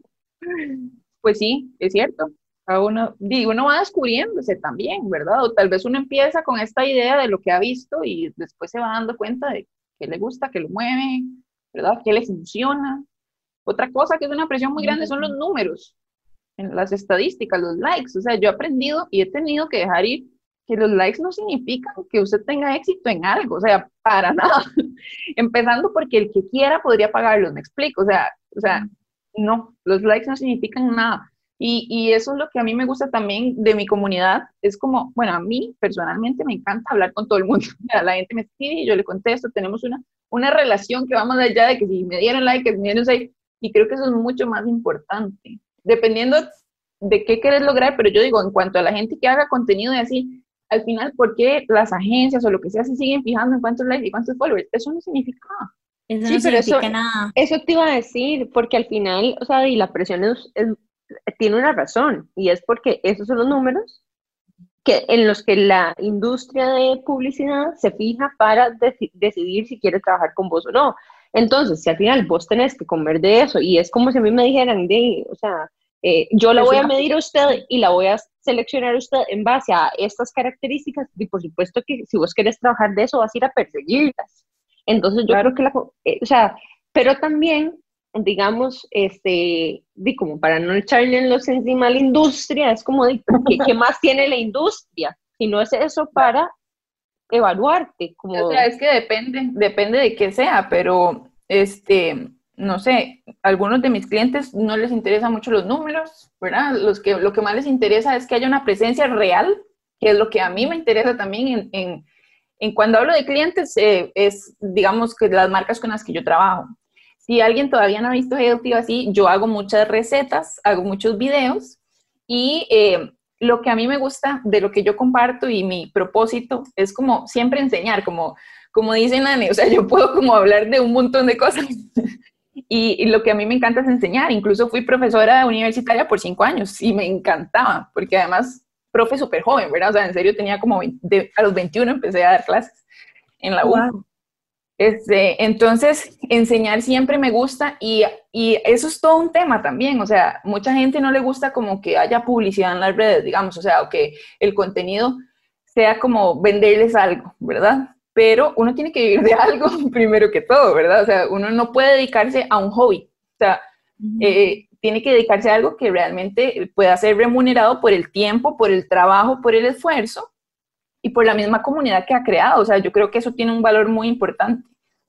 pues sí, es cierto. Uno, digo, uno va descubriéndose también, ¿verdad? O tal vez uno empieza con esta idea de lo que ha visto y después se va dando cuenta de qué le gusta, qué lo mueve, ¿verdad? Qué le funciona. Otra cosa que es una presión muy grande son los números, en las estadísticas, los likes. O sea, yo he aprendido y he tenido que dejar ir que los likes no significan que usted tenga éxito en algo, o sea, para nada. Empezando porque el que quiera podría pagarlos, me explico, o sea, o sea, no, los likes no significan nada. Y, y eso es lo que a mí me gusta también de mi comunidad, es como, bueno, a mí personalmente me encanta hablar con todo el mundo. La gente me escribe y yo le contesto, tenemos una, una relación que va más allá de que si me dieron like, que si me dieron like, y creo que eso es mucho más importante, dependiendo de qué querés lograr, pero yo digo, en cuanto a la gente que haga contenido y así, al final, ¿por qué las agencias o lo que sea se siguen fijando en cuántos likes y cuántos followers? Eso no significa nada. Eso sí, no pero significa eso, nada. Eso te iba a decir, porque al final, o sea, y la presión es, es, tiene una razón, y es porque esos son los números que, en los que la industria de publicidad se fija para de, decidir si quiere trabajar con vos o no. Entonces, si al final vos tenés que comer de eso, y es como si a mí me dijeran, de, o sea, Eh, yo la voy a medir a usted y la voy a seleccionar a usted en base a estas características, y por supuesto que si vos querés trabajar de eso vas a ir a perseguirlas. Entonces yo claro. creo que la, eh, o sea, pero también, digamos, este, di como para no echarle en los encima a la industria, es como, di, ¿qué, ¿qué más tiene la industria? Si no es eso para evaluarte. Como... O sea, es que depende, depende de qué sea, pero este... no sé, algunos de mis clientes no les interesan mucho los números, ¿verdad? Los que, lo que más les interesa es que haya una presencia real, que es lo que a mí me interesa también en, en, en cuando hablo de clientes, eh, es, digamos, que las marcas con las que yo trabajo. Si alguien todavía no ha visto Healthy así, yo hago muchas recetas, hago muchos videos, y eh, lo que a mí me gusta de lo que yo comparto y mi propósito es como siempre enseñar, como, como dice Nani, o sea, yo puedo como hablar de un montón de cosas y, y lo que a mí me encanta es enseñar. Incluso fui profesora universitaria por cinco años y me encantaba, porque además, profe súper joven, ¿verdad? O sea, en serio tenía como, veinte, de, a los veintiuno empecé a dar clases en la U. Wow. Este, entonces, enseñar siempre me gusta y, y eso es todo un tema también, o sea, mucha gente no le gusta como que haya publicidad en las redes, digamos, o sea, o que el contenido sea como venderles algo, ¿verdad? Pero uno tiene que vivir de algo primero que todo, ¿verdad? O sea, uno no puede dedicarse a un hobby, o sea, uh-huh. eh, tiene que dedicarse a algo que realmente pueda ser remunerado por el tiempo, por el trabajo, por el esfuerzo y por la misma comunidad que ha creado, o sea, yo creo que eso tiene un valor muy importante.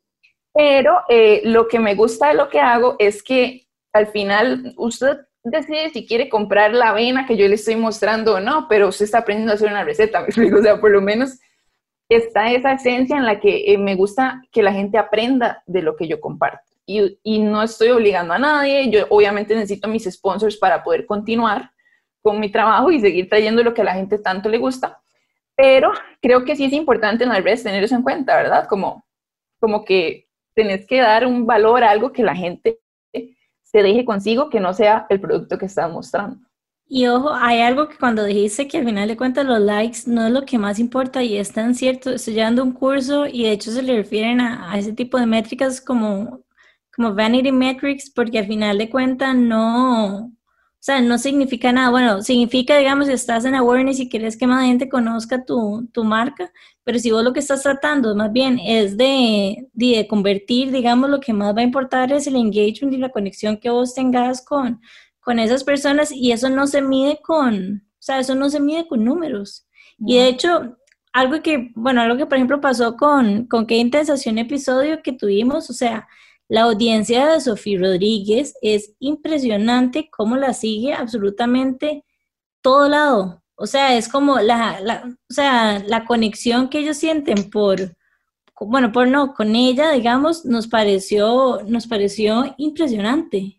Pero eh, lo que me gusta de lo que hago es que al final usted decide si quiere comprar la avena que yo le estoy mostrando o no, pero usted está aprendiendo a hacer una receta, me explico, o sea, por lo menos está esa esencia en la que eh, me gusta que la gente aprenda de lo que yo comparto. Y, y no estoy obligando a nadie, yo obviamente necesito mis sponsors para poder continuar con mi trabajo y seguir trayendo lo que a la gente tanto le gusta, pero creo que sí es importante en las redes tener eso en cuenta, ¿verdad? Como, como que tenés que dar un valor a algo que la gente se deje consigo, que no sea el producto que estás mostrando. Y ojo, hay algo que cuando dijiste que al final de cuentas los likes no es lo que más importa y es tan cierto. Estoy llevando un curso y de hecho se le refieren a, a ese tipo de métricas como, como vanity metrics, porque al final de cuentas no, o sea, no significa nada. Bueno, significa, digamos, si estás en awareness y quieres que más gente conozca tu, tu marca, pero si vos lo que estás tratando más bien es de, de, de convertir, digamos, lo que más va a importar es el engagement y la conexión que vos tengas con, con esas personas, y eso no se mide con, o sea, eso no se mide con números. No. Y de hecho, algo que, bueno, algo que por ejemplo pasó con, con Qué Intensación episodio que tuvimos, o sea, la audiencia de Sofía Rodríguez es impresionante cómo la sigue absolutamente todo lado. O sea, es como la, la, o sea, la conexión que ellos sienten por, bueno, por no, con ella, digamos, nos pareció, nos pareció impresionante.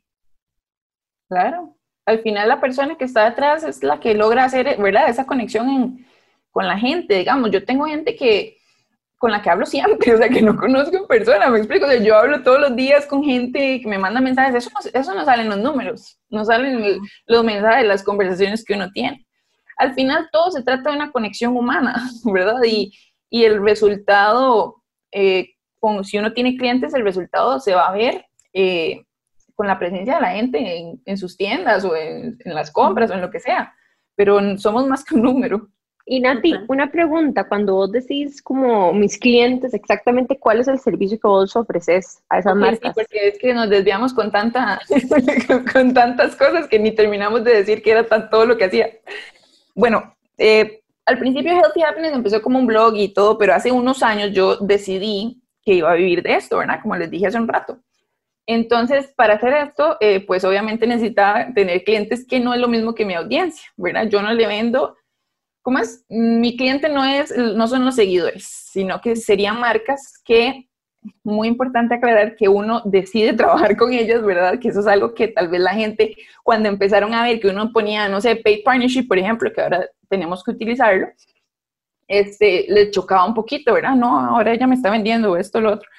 Claro. Al final la persona que está detrás es la que logra hacer, ¿verdad? Esa conexión en, con la gente, digamos. Yo tengo gente que con la que hablo siempre, o sea, que no conozco en persona, me explico, o sea, yo hablo todos los días con gente que me manda mensajes, eso no, eso no sale en los números, no salen el, los mensajes, las conversaciones que uno tiene. Al final todo se trata de una conexión humana, ¿verdad? Y, y el resultado, eh, con, si uno tiene clientes, el resultado se va a ver eh, con la presencia de la gente en, en sus tiendas o en, en las compras o en lo que sea, pero somos más que un número. Y Nati, una pregunta, cuando vos decís como mis clientes, exactamente cuál es el servicio que vos ofreces a esas okay, marcas. Sí, porque es que nos desviamos con, tanta, con, con tantas cosas que ni terminamos de decir que era tan, todo lo que hacía. Bueno, eh, al principio Healthy Happiness empezó como un blog y todo, pero hace unos años yo decidí que iba a vivir de esto, ¿verdad? Como les dije hace un rato. Entonces, para hacer esto, eh, pues obviamente necesitaba tener clientes que no es lo mismo que mi audiencia, ¿verdad? Yo no le vendo... ¿Cómo es? Mi cliente no, es, no son los seguidores, sino que serían marcas que, muy importante aclarar, que uno decide trabajar con ellas, ¿verdad? Que eso es algo que tal vez la gente, cuando empezaron a ver que uno ponía, no sé, paid partnership, por ejemplo, que ahora tenemos que utilizarlo, este, les chocaba un poquito, ¿verdad? No, ahora ella me está vendiendo esto, lo otro.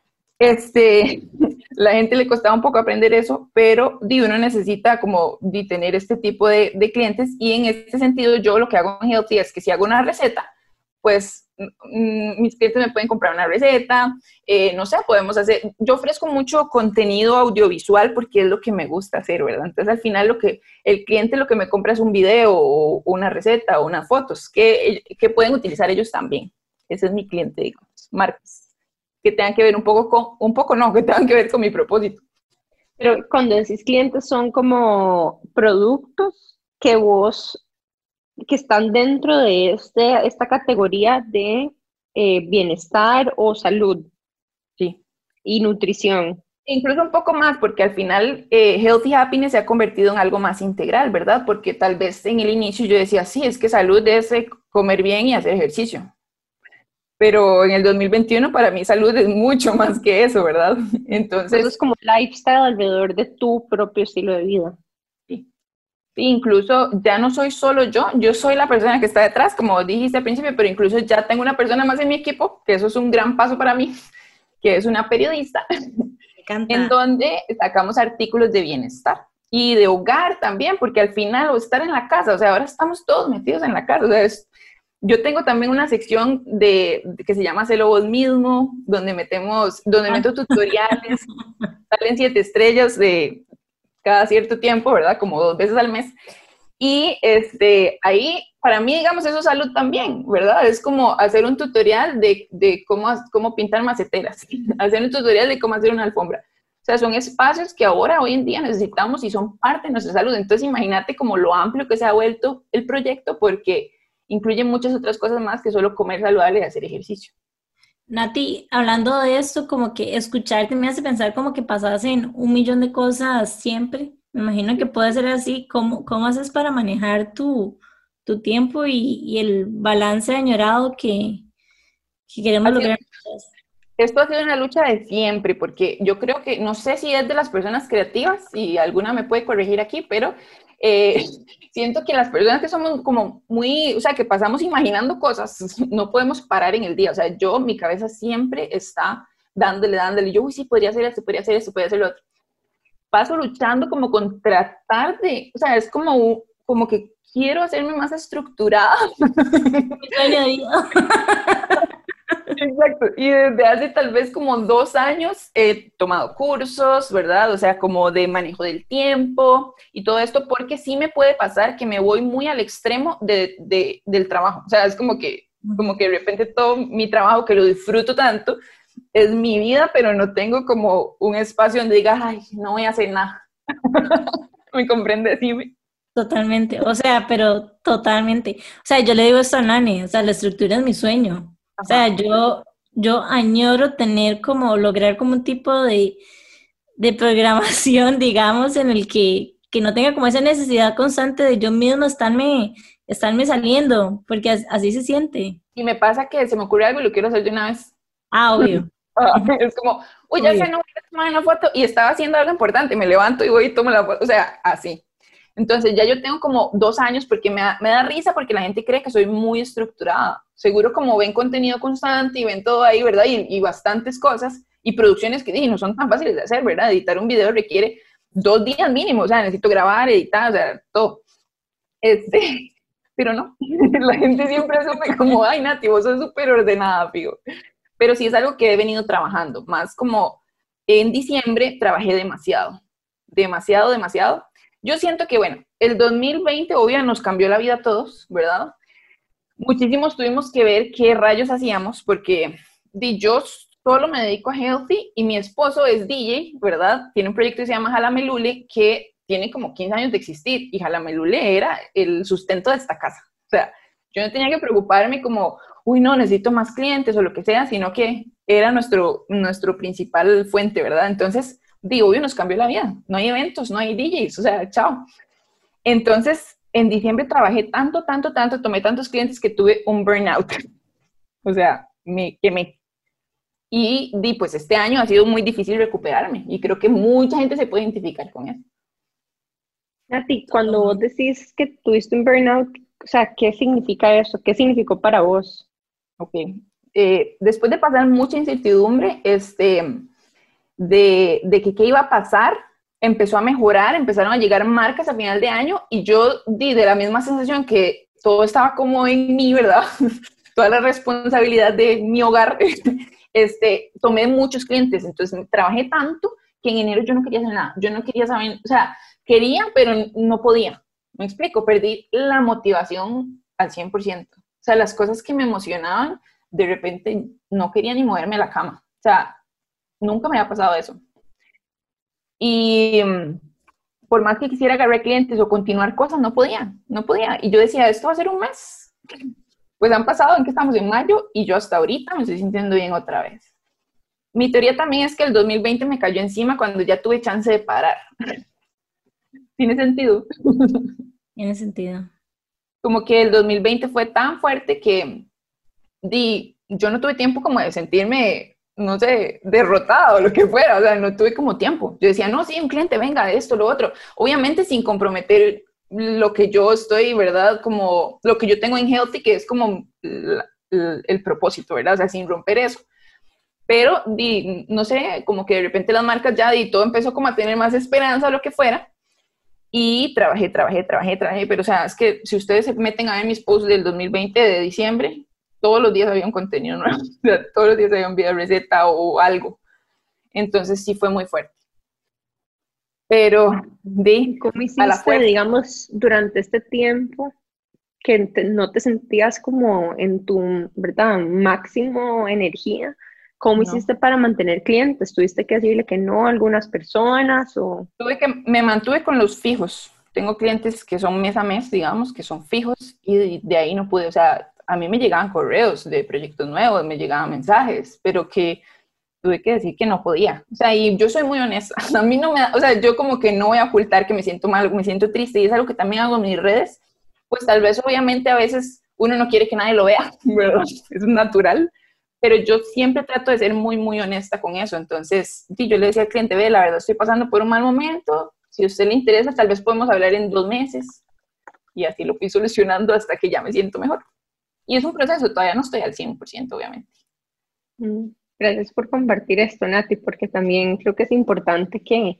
Este, la gente le costaba un poco aprender eso, pero di, uno necesita como di, tener este tipo de, de clientes, y en este sentido yo lo que hago en Healthy es que si hago una receta, pues mm, mis clientes me pueden comprar una receta, eh, no sé, podemos hacer, yo ofrezco mucho contenido audiovisual porque es lo que me gusta hacer, ¿verdad? Entonces al final lo que el cliente lo que me compra es un video o una receta o unas fotos que, que pueden utilizar ellos también. Ese es mi cliente, digamos, marcas que tengan que ver un poco con, un poco no, que tengan que ver con mi propósito. Pero cuando decís clientes son como productos que vos, que están dentro de este, esta categoría de eh, bienestar o salud. Sí. Y nutrición. Incluso un poco más, porque al final eh, Healthy Happiness se ha convertido en algo más integral, ¿verdad? Porque tal vez en el inicio yo decía, sí, es que salud es eh, comer bien y hacer ejercicio. Pero en el dos mil veintiuno para mí salud es mucho más que eso, ¿verdad? Entonces, Entonces es como lifestyle alrededor de tu propio estilo de vida. Sí. Incluso ya no soy solo yo, yo soy la persona que está detrás, como dijiste al principio, pero incluso ya tengo una persona más en mi equipo, que eso es un gran paso para mí, que es una periodista, en donde sacamos artículos de bienestar y de hogar también, porque al final, o estar en la casa, o sea, ahora estamos todos metidos en la casa, o sea, es, yo tengo también una sección de, de que se llama Hacelo vos mismo, donde metemos, donde meto tutoriales, salen siete estrellas de cada cierto tiempo, ¿verdad? Como dos veces al mes. Y este, ahí, para mí, digamos, eso es salud también, ¿verdad? Es como hacer un tutorial de, de cómo, cómo pintar maceteras, hacer un tutorial de cómo hacer una alfombra. O sea, son espacios que ahora, hoy en día, necesitamos y son parte de nuestra salud. Entonces, imagínate como lo amplio que se ha vuelto el proyecto, porque incluye muchas otras cosas más que solo comer saludable y hacer ejercicio. Nati, hablando de esto, como que escucharte me hace pensar como que pasas en un millón de cosas siempre. Me imagino que puede ser así. ¿Cómo, cómo haces para manejar tu, tu tiempo y, y el balance añorado que, que queremos Así lograr? es. Esto ha sido una lucha de siempre, porque yo creo que, no sé si es de las personas creativas, y alguna me puede corregir aquí, pero eh, siento que las personas que somos como muy, o sea, que pasamos imaginando cosas, no podemos parar en el día. O sea, yo, mi cabeza siempre está dándole, dándole. Yo, uy, sí, podría hacer esto, podría hacer esto, podría hacer lo otro. Paso luchando como con tratar de, o sea, es como, como que quiero hacerme más estructurada. Mi sueño de vida. Exacto, y desde hace tal vez como dos años he tomado cursos, ¿verdad? O sea, como de manejo del tiempo y todo esto, porque sí me puede pasar que me voy muy al extremo de, de, del trabajo. O sea, es como que, como que de repente todo mi trabajo, que lo disfruto tanto, es mi vida, pero no tengo como un espacio donde diga, ay, no voy a hacer nada. ¿Me comprendes? Sí. Totalmente, o sea, pero totalmente. O sea, yo le digo esto a Nani, o sea, la estructura es mi sueño. O sea, yo, yo añoro tener como, lograr como un tipo de, de programación, digamos, en el que, que no tenga como esa necesidad constante de yo mismo estarme, estarme saliendo, porque as- así se siente. Y me pasa que se me ocurre algo y lo quiero hacer de una vez. Ah, obvio. Es como, uy, ya sé, no voy a tomar una foto, y estaba haciendo algo importante, me levanto y voy y tomo la foto, o sea, así. Entonces ya yo tengo como dos años, porque me da, me da risa, porque la gente cree que soy muy estructurada. Seguro como ven contenido constante y ven todo ahí, ¿verdad? Y, y bastantes cosas y producciones que dije, no son tan fáciles de hacer, ¿verdad? Editar un video requiere dos días mínimo, o sea, necesito grabar, editar, o sea, todo. Este, pero no, la gente siempre asume como, ay, Nati, vos sos súper ordenada, fijo. Pero sí es algo que he venido trabajando, más como en diciembre trabajé demasiado, demasiado, demasiado. Yo siento que, bueno, el dos mil veinte, obvio, nos cambió la vida a todos, ¿verdad? Muchísimos tuvimos que ver qué rayos hacíamos, porque di, yo solo me dedico a Healthy y mi esposo es D J, ¿verdad? Tiene un proyecto que se llama Jalamelule, que tiene como quince años de existir, y Jalamelule era el sustento de esta casa. O sea, yo no tenía que preocuparme como, uy, no, necesito más clientes o lo que sea, sino que era nuestro, nuestro principal fuente, ¿verdad? Entonces, digo, obvio, nos cambió la vida. No hay eventos, no hay D Js, o sea, chao. Entonces, en diciembre trabajé tanto, tanto, tanto, tomé tantos clientes que tuve un burnout. O sea, me quemé. Y di, pues este año ha sido muy difícil recuperarme, y creo que mucha gente se puede identificar con eso. Nati, cuando vos decís que tuviste un burnout, o sea, ¿qué significa eso? ¿Qué significó para vos? Ok. Eh, después de pasar mucha incertidumbre, este, de, de que qué iba a pasar, empezó a mejorar, empezaron a llegar marcas a final de año, y yo di de la misma sensación que todo estaba como en mí, ¿verdad? Toda la responsabilidad de mi hogar, este, tomé muchos clientes, entonces trabajé tanto que en enero yo no quería hacer nada, yo no quería saber, o sea, quería, pero no podía. Me explico, perdí la motivación al cien por ciento. O sea, las cosas que me emocionaban, de repente no quería ni moverme a la cama. O sea, nunca me había pasado eso. Y um, por más que quisiera agarrar clientes o continuar cosas, no podía, no podía. Y yo decía, esto va a ser un mes. Pues han pasado, en que estamos en mayo, y yo hasta ahorita me estoy sintiendo bien otra vez. Mi teoría también es que el dos mil veinte me cayó encima cuando ya tuve chance de parar. ¿Tiene sentido? Tiene sentido. Como que el dos mil veinte fue tan fuerte que di, yo no tuve tiempo como de sentirme, no sé, derrotada o lo que fuera. O sea, no tuve como tiempo. Yo decía, no, sí, un cliente, venga, esto, lo otro. Obviamente sin comprometer lo que yo estoy, ¿verdad? Como lo que yo tengo en Healthy, que es como la, el, el propósito, ¿verdad? O sea, sin romper eso. Pero, di, no sé, como que de repente las marcas ya, y todo empezó como a tener más esperanza o lo que fuera. Y trabajé, trabajé, trabajé, trabajé. Pero, o sea, es que si ustedes se meten a ver mis posts del dos mil veinte de diciembre, todos los días había un contenido nuevo. O sea, todos los días había un video de receta o algo. Entonces sí fue muy fuerte. Pero, de, ¿Cómo a la hiciste, fuerza. digamos, durante este tiempo que te- no te sentías como en tu, ¿verdad?, máximo energía? ¿Cómo No. hiciste para mantener clientes? ¿Tuviste que decirle que no a algunas personas o...? Tuve que, me mantuve con los fijos. Tengo clientes que son mes a mes, digamos, que son fijos, y de, de ahí no pude, o sea, a mí me llegaban correos de proyectos nuevos, me llegaban mensajes, pero que tuve que decir que no podía. O sea, y yo soy muy honesta. A mí no me da, o sea, yo como que no voy a ocultar que me siento mal, me siento triste, y es algo que también hago en mis redes. Pues tal vez, obviamente, a veces uno no quiere que nadie lo vea, ¿verdad? Es natural. Pero yo siempre trato de ser muy, muy honesta con eso. Entonces, sí, yo le decía al cliente, ve, la verdad estoy pasando por un mal momento, si a usted le interesa, tal vez podemos hablar en dos meses. Y así lo fui solucionando hasta que ya me siento mejor. Y es un proceso, todavía no estoy al cien por ciento, obviamente. Mm, Gracias por compartir esto, Nati, porque también creo que es importante que,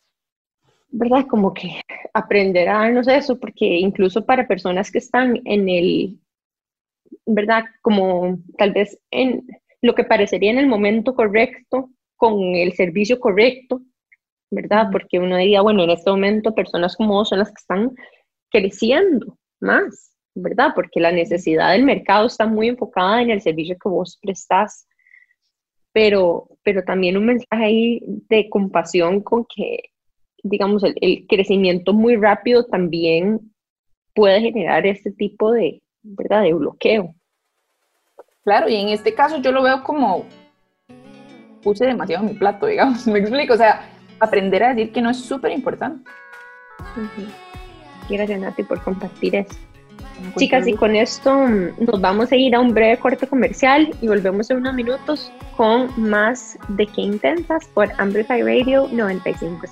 ¿verdad? Como que aprender a darnos eso, porque incluso para personas que están en el, ¿verdad? Como tal vez en lo que parecería en el momento correcto, con el servicio correcto, ¿verdad? Ujú. Porque uno diría, bueno, en este momento personas como vos son las que están creciendo más, ¿verdad? Porque la necesidad del mercado está muy enfocada en el servicio que vos prestás, pero, pero también un mensaje ahí de compasión con que, digamos, el, el crecimiento muy rápido también puede generar este tipo de, ¿verdad?, de bloqueo. Claro, y en este caso yo lo veo como puse demasiado en mi plato, digamos, me explico, o sea, aprender a decir que no es súper importante. Uh-huh. Gracias, Nati, por compartir eso. Con Chicas, y con esto mm, nos vamos a ir a un breve corte comercial y volvemos en unos minutos con más de Qué Intensas por Amplify Radio noventa y cinco punto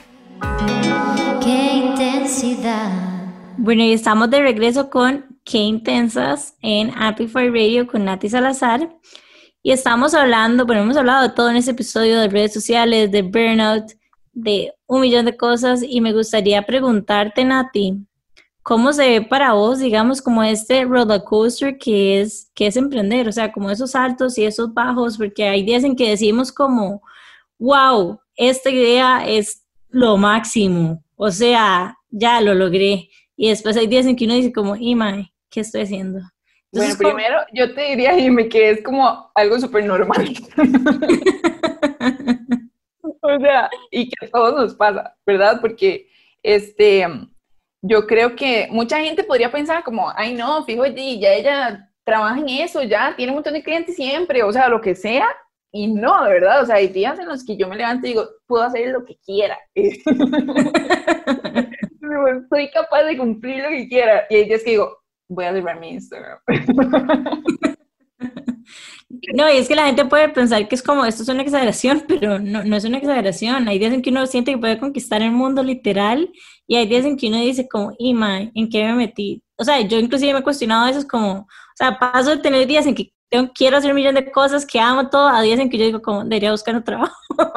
cinco. Qué intensidad. Bueno, y estamos de regreso con Qué Intensas en Amplify Radio con Nati Salazar. Y estamos hablando, bueno, hemos hablado de todo en este episodio, de redes sociales, de burnout, de un millón de cosas. Y me gustaría preguntarte, Nati, ¿cómo se ve para vos, digamos, como este roller coaster que es, que es emprender? O sea, como esos altos y esos bajos, porque hay días en que decimos como, wow, esta idea es lo máximo, o sea, ya lo logré. Y después hay días en que uno dice como, Ima, ¿qué estoy haciendo? Entonces, Bueno, primero yo te diría, Jimmy, que es como algo súper normal. O sea, y que a todos nos pasa, ¿verdad? Porque este, yo creo que mucha gente podría pensar como, ay no, fijo, ya ella trabaja en eso, ya tiene un montón de clientes siempre, o sea, lo que sea, y no, de verdad, o sea, hay días en los que yo me levanto y digo, puedo hacer lo que quiera. Soy capaz de cumplir lo que quiera. Y hay días que digo, voy a cerrar mi Instagram. no, y es que la gente puede pensar que es como, esto es una exageración, pero no, no es una exageración. Hay días en que uno siente que puede conquistar el mundo literal y hay días en que uno dice como, Ima, ¿en qué me metí? O sea, yo inclusive me he cuestionado eso, es como, o sea, paso de tener días en que tengo, quiero hacer un millón de cosas, que amo todo, a días en que yo digo como, debería buscar un trabajo.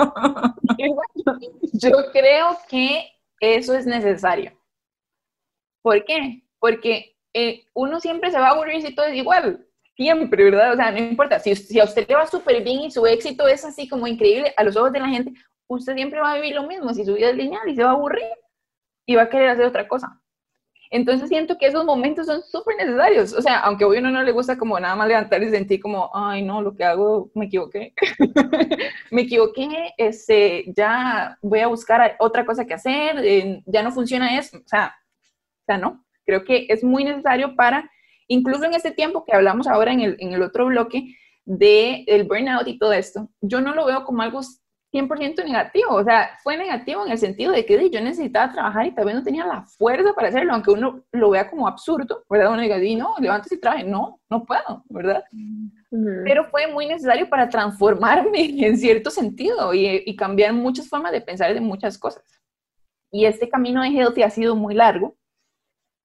Yo creo que eso es necesario. ¿Por qué? Porque eh, uno siempre se va a aburrir si todo es igual. Siempre, ¿verdad? O sea, no importa. Si, si a usted le va súper bien y su éxito es así como increíble a los ojos de la gente, usted siempre va a vivir lo mismo. Si su vida es lineal y se va a aburrir y va a querer hacer otra cosa. Entonces siento que esos momentos son súper necesarios. O sea, aunque a uno no le gusta como nada más levantar y sentir como, ay, no, lo que hago, me equivoqué. me equivoqué, este, ya voy a buscar otra cosa que hacer, eh, ya no funciona eso. O sea, o sea, no. Creo que es muy necesario para, incluso en este tiempo que hablamos ahora en el, en el otro bloque, del de burnout y todo esto, yo no lo veo como algo cien por ciento negativo, o sea, fue negativo en el sentido de que yo necesitaba trabajar y tal vez no tenía la fuerza para hacerlo, aunque uno lo vea como absurdo, ¿verdad? Uno diga, no, levántese y trabaje, no, no puedo, ¿verdad? Uh-huh. Pero fue muy necesario para transformarme en cierto sentido y, y cambiar muchas formas de pensar de muchas cosas. Y este camino de Healthy ha sido muy largo,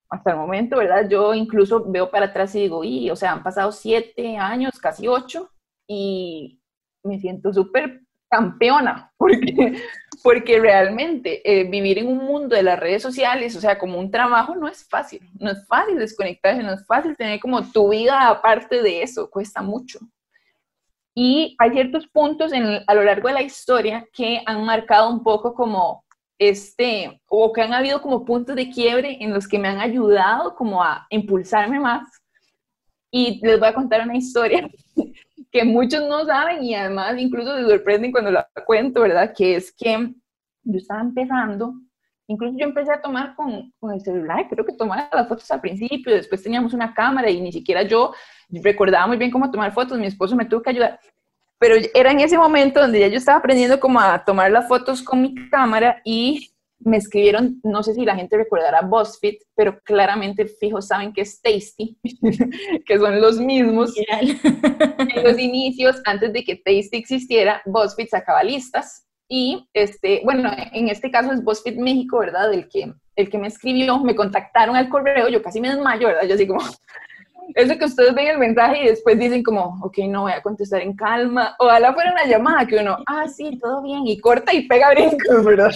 hasta el momento, ¿verdad? Yo incluso veo para atrás y digo, y, o sea, han pasado siete años, casi ocho, y me siento súper campeona, porque, porque realmente eh, vivir en un mundo de las redes sociales, o sea, como un trabajo, no es fácil, no es fácil desconectarse, no es fácil tener como tu vida aparte de eso, cuesta mucho. Y hay ciertos puntos en, a lo largo de la historia que han marcado un poco como este, o que han habido como puntos de quiebre en los que me han ayudado como a impulsarme más. Y les voy a contar una historia que muchos no saben y además incluso se sorprenden cuando la cuento, ¿verdad? Que es que yo estaba empezando, incluso yo empecé a tomar con, con el celular, creo que tomaba las fotos al principio, después teníamos una cámara y ni siquiera yo recordaba muy bien cómo tomar fotos, mi esposo me tuvo que ayudar. Pero era en ese momento donde ya yo estaba aprendiendo como a tomar las fotos con mi cámara y me escribieron, no sé si la gente recordará BuzzFeed, pero claramente fijo saben que es Tasty, que son los mismos. En los inicios, antes de que Tasty existiera, BuzzFeed sacaba listas y, este, bueno, en este caso es BuzzFeed México, ¿verdad? El que, el que me escribió, me contactaron al correo, yo casi me desmayo, ¿verdad? Yo así como... Eso que ustedes ven el mensaje y después dicen como, ok, no voy a contestar en calma. Ojalá fuera una llamada que uno, ah, sí, todo bien, y corta y pega brincos, ¿verdad?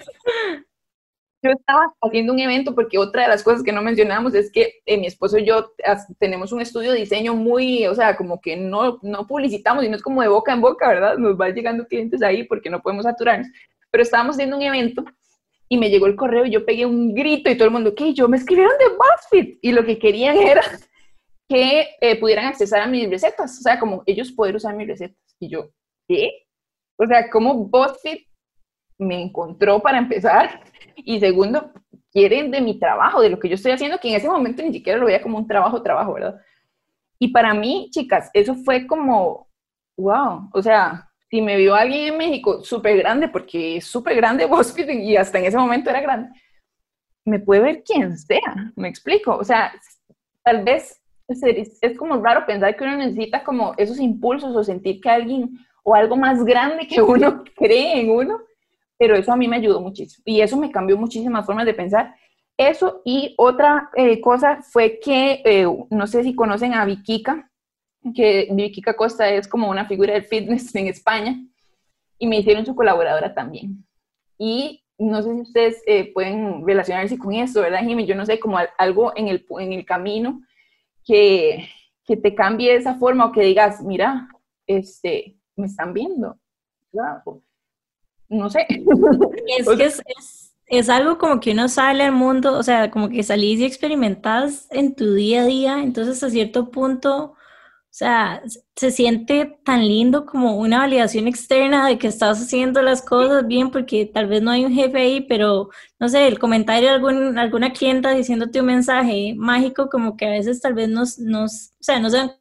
Yo estaba haciendo un evento porque otra de las cosas que no mencionamos es que eh, mi esposo y yo tenemos un estudio de diseño muy, o sea, como que no, no publicitamos y no es como de boca en boca, ¿verdad? Nos van llegando clientes ahí porque no podemos saturarnos. Pero estábamos haciendo un evento y me llegó el correo y yo pegué un grito y todo el mundo, ¿qué? Yo me escribieron de BuzzFeed y lo que querían era... que eh, pudieran accesar a mis recetas, o sea, como ellos poder usar mis recetas. Y yo, ¿qué? O sea, ¿cómo BuzzFeed me encontró para empezar? Y segundo, quieren de mi trabajo, de lo que yo estoy haciendo, que en ese momento ni siquiera lo veía como un trabajo, trabajo, ¿verdad? Y para mí, chicas, eso fue como, wow, o sea, si me vio alguien en México súper grande, porque es súper grande BuzzFeed y hasta en ese momento era grande, me puede ver quien sea, me explico, o sea, tal vez es, es como raro pensar que uno necesita como esos impulsos o sentir que alguien o algo más grande que uno cree en uno, pero eso a mí me ayudó muchísimo y eso me cambió muchísimas formas de pensar. Eso y otra eh, cosa fue que, eh, no sé si conocen a Vikika, que Vikika Costa es como una figura del fitness en España y me hicieron su colaboradora también. Y no sé si ustedes eh, pueden relacionarse con eso, ¿verdad, Jimmy? Yo no sé, como algo en el, en el camino Que, que te cambie de esa forma o que digas, mira, este, me están viendo. ¿Verdad? No sé. Es que es, es, es algo como que uno sale al mundo, o sea, como que salís y experimentás en tu día a día, entonces a cierto punto, o sea, se siente tan lindo como una validación externa de que estás haciendo las cosas bien, porque tal vez no hay un jefe ahí, pero no sé, el comentario de algún, alguna clienta diciéndote un mensaje mágico, como que a veces tal vez nos, nos o sea, no sé,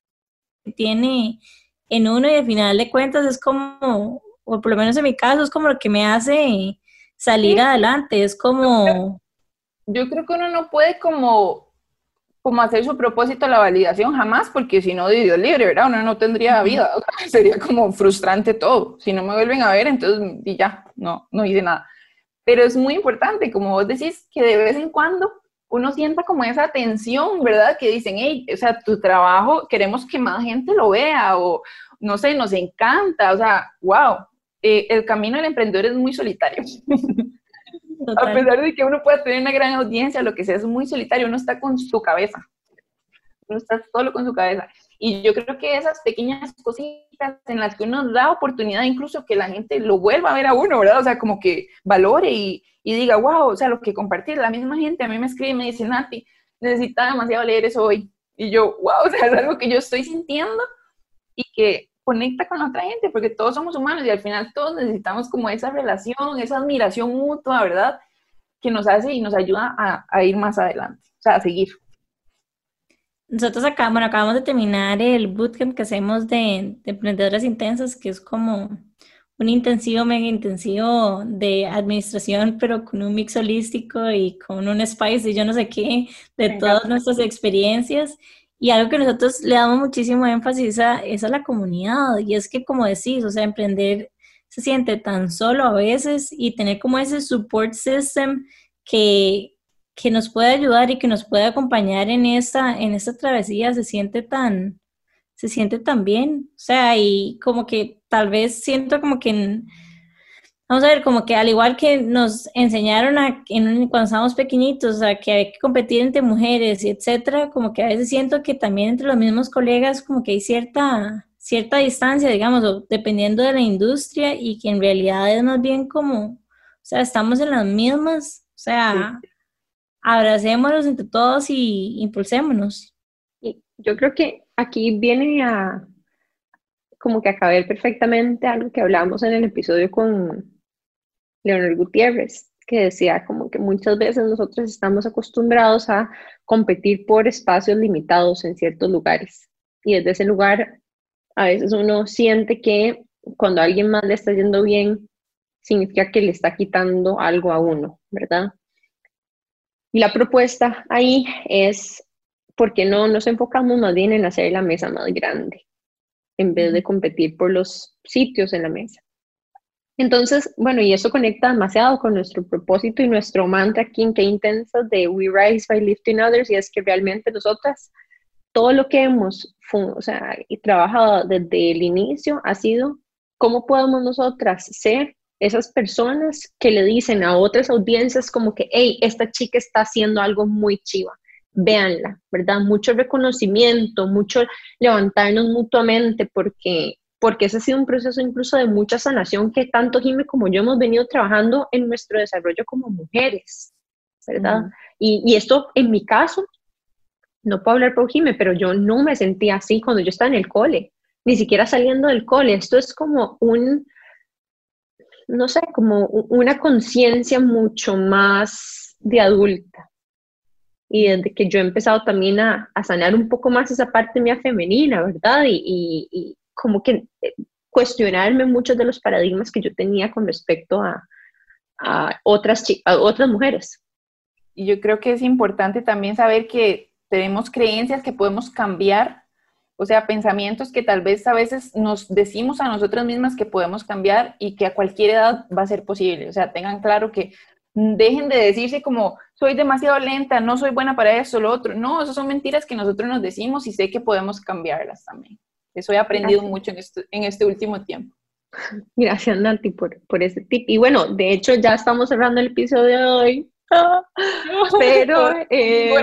tiene en uno y al final de cuentas es como, o por lo menos en mi caso, es como lo que me hace salir Sí. adelante, es como... Yo creo que uno no puede como... como hacer su propósito la validación jamás, porque si no, de Dios libre, ¿verdad? Uno no tendría vida, o sea, sería como frustrante todo. Si no me vuelven a ver, entonces y ya, no, no hice nada. Pero es muy importante, como vos decís, que de vez en cuando uno sienta como esa tensión, ¿verdad? Que dicen, hey, o sea, tu trabajo, queremos que más gente lo vea, o no sé, nos encanta, o sea, wow, eh, el camino del emprendedor es muy solitario. Total. A pesar de que uno pueda tener una gran audiencia, lo que sea, es muy solitario, uno está con su cabeza, uno está solo con su cabeza. Y yo creo que esas pequeñas cositas en las que uno da oportunidad incluso que la gente lo vuelva a ver a uno, ¿verdad? O sea, como que valore y, y diga, wow, o sea, lo que compartir, la misma gente a mí me escribe y me dice, Nati, necesitaba demasiado leer eso hoy. Y yo, wow, o sea, es algo que yo estoy sintiendo y que conecta con la otra gente, porque todos somos humanos y al final todos necesitamos como esa relación, esa admiración mutua, ¿verdad? Que nos hace y nos ayuda a, a ir más adelante, o sea, a seguir. Nosotros acá, bueno, acabamos de terminar el bootcamp que hacemos de, de emprendedoras intensas, que es como un intensivo, mega intensivo de administración, pero con un mix holístico y con un spice y yo no sé qué, de todas nuestras experiencias. Y algo que nosotros le damos muchísimo énfasis a, es a la comunidad. Y es que, como decís, o sea, emprender se siente tan solo a veces y tener como ese support system que, que nos puede ayudar y que nos puede acompañar en esta, en esta travesía se siente tan, se siente tan bien. O sea, y como que tal vez siento como que, en- vamos a ver, como que al igual que nos enseñaron a, en, cuando estábamos pequeñitos a que hay que competir entre mujeres y etcétera, como que a veces siento que también entre los mismos colegas como que hay cierta, cierta distancia, digamos, o dependiendo de la industria y que en realidad es más bien como, o sea, estamos en las mismas, o Sí. sea, abracémonos entre todos y impulsémonos. Y yo creo que aquí viene a como que a caber perfectamente algo que hablamos en el episodio con Leonel Gutiérrez, que decía como que muchas veces nosotros estamos acostumbrados a competir por espacios limitados en ciertos lugares. Y desde ese lugar, a veces uno siente que cuando a alguien más le está yendo bien, significa que le está quitando algo a uno, ¿verdad? Y la propuesta ahí es, ¿por qué no nos enfocamos más bien en hacer la mesa más grande, en vez de competir por los sitios en la mesa? Entonces, bueno, y eso conecta demasiado con nuestro propósito y nuestro mantra aquí en Qué Intensas de We Rise by Lifting Others, y es que realmente nosotras, todo lo que hemos o sea, y trabajado desde el inicio ha sido cómo podemos nosotras ser esas personas que le dicen a otras audiencias como que, hey, esta chica está haciendo algo muy chiva, véanla, ¿verdad? Mucho reconocimiento, mucho levantarnos mutuamente porque porque ese ha sido un proceso incluso de mucha sanación que tanto Jimmy como yo hemos venido trabajando en nuestro desarrollo como mujeres, ¿verdad? Uh-huh. Y, y esto, en mi caso, no puedo hablar por Jimmy, pero yo no me sentía así cuando yo estaba en el cole, ni siquiera saliendo del cole. Esto es como un, no sé, como una conciencia mucho más de adulta. Y desde que yo he empezado también a, a sanar un poco más esa parte mía femenina, ¿verdad? Y, y, y como que cuestionarme muchos de los paradigmas que yo tenía con respecto a, a, otras, a otras mujeres. Y yo creo que es importante también saber que tenemos creencias que podemos cambiar, o sea, pensamientos que tal vez a veces nos decimos a nosotras mismas que podemos cambiar y que a cualquier edad va a ser posible. O sea, tengan claro que dejen de decirse como, soy demasiado lenta, no soy buena para eso, lo otro. No, esas son mentiras que nosotros nos decimos y sé que podemos cambiarlas también. Eso he aprendido Gracias. mucho en este, en este último tiempo. Gracias, Nati, por, por ese tip. Y bueno, de hecho, ya estamos cerrando el episodio de hoy. Pero, eh,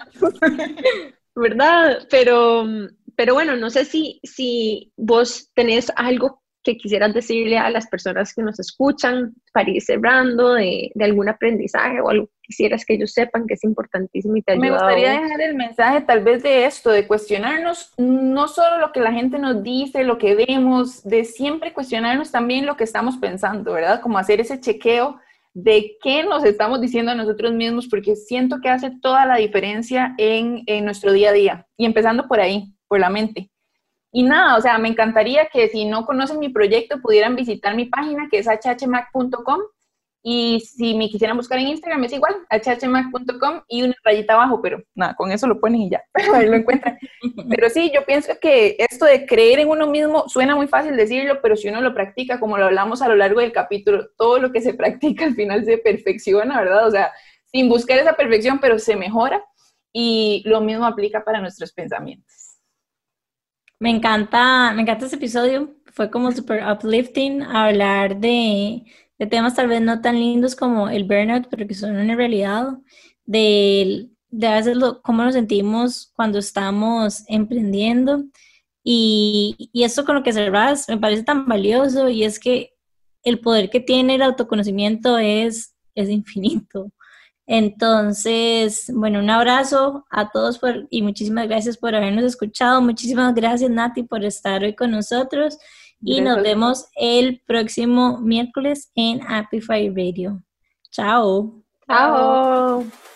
¿verdad? Pero, pero bueno, no sé si, si vos tenés algo que quisieras decirle a las personas que nos escuchan para ir cerrando de, de algún aprendizaje o algo que quisieras que ellos sepan que es importantísimo y te ayuda. Me gustaría dejar el mensaje tal vez de esto, de cuestionarnos no solo lo que la gente nos dice, lo que vemos, de siempre cuestionarnos también lo que estamos pensando, ¿verdad? Como hacer ese chequeo de qué nos estamos diciendo a nosotros mismos, porque siento que hace toda la diferencia en, en nuestro día a día. Y empezando por ahí, por la mente. Y nada, o sea, me encantaría que si no conocen mi proyecto pudieran visitar mi página que es h h mac punto com y si me quisieran buscar en Instagram es igual, h h mac punto com y una rayita abajo, pero nada, con eso lo ponen y ya, ahí lo encuentran. Pero sí, yo pienso que esto de creer en uno mismo suena muy fácil decirlo, pero si uno lo practica, como lo hablamos a lo largo del capítulo, todo lo que se practica al final se perfecciona, ¿verdad? O sea, sin buscar esa perfección, pero se mejora y lo mismo aplica para nuestros pensamientos. Me encanta, me encanta este episodio, fue como super uplifting hablar de, de temas tal vez no tan lindos como el burnout, pero que son una realidad, de, de a veces lo, cómo nos sentimos cuando estamos emprendiendo y, y esto con lo que cerrás me parece tan valioso y es que el poder que tiene el autoconocimiento es, es infinito. Entonces, bueno, un abrazo a todos por, y muchísimas gracias por habernos escuchado. Muchísimas gracias, Nati, por estar hoy con nosotros. Y gracias. Nos vemos el próximo miércoles en Amplify Radio. Chao. Chao.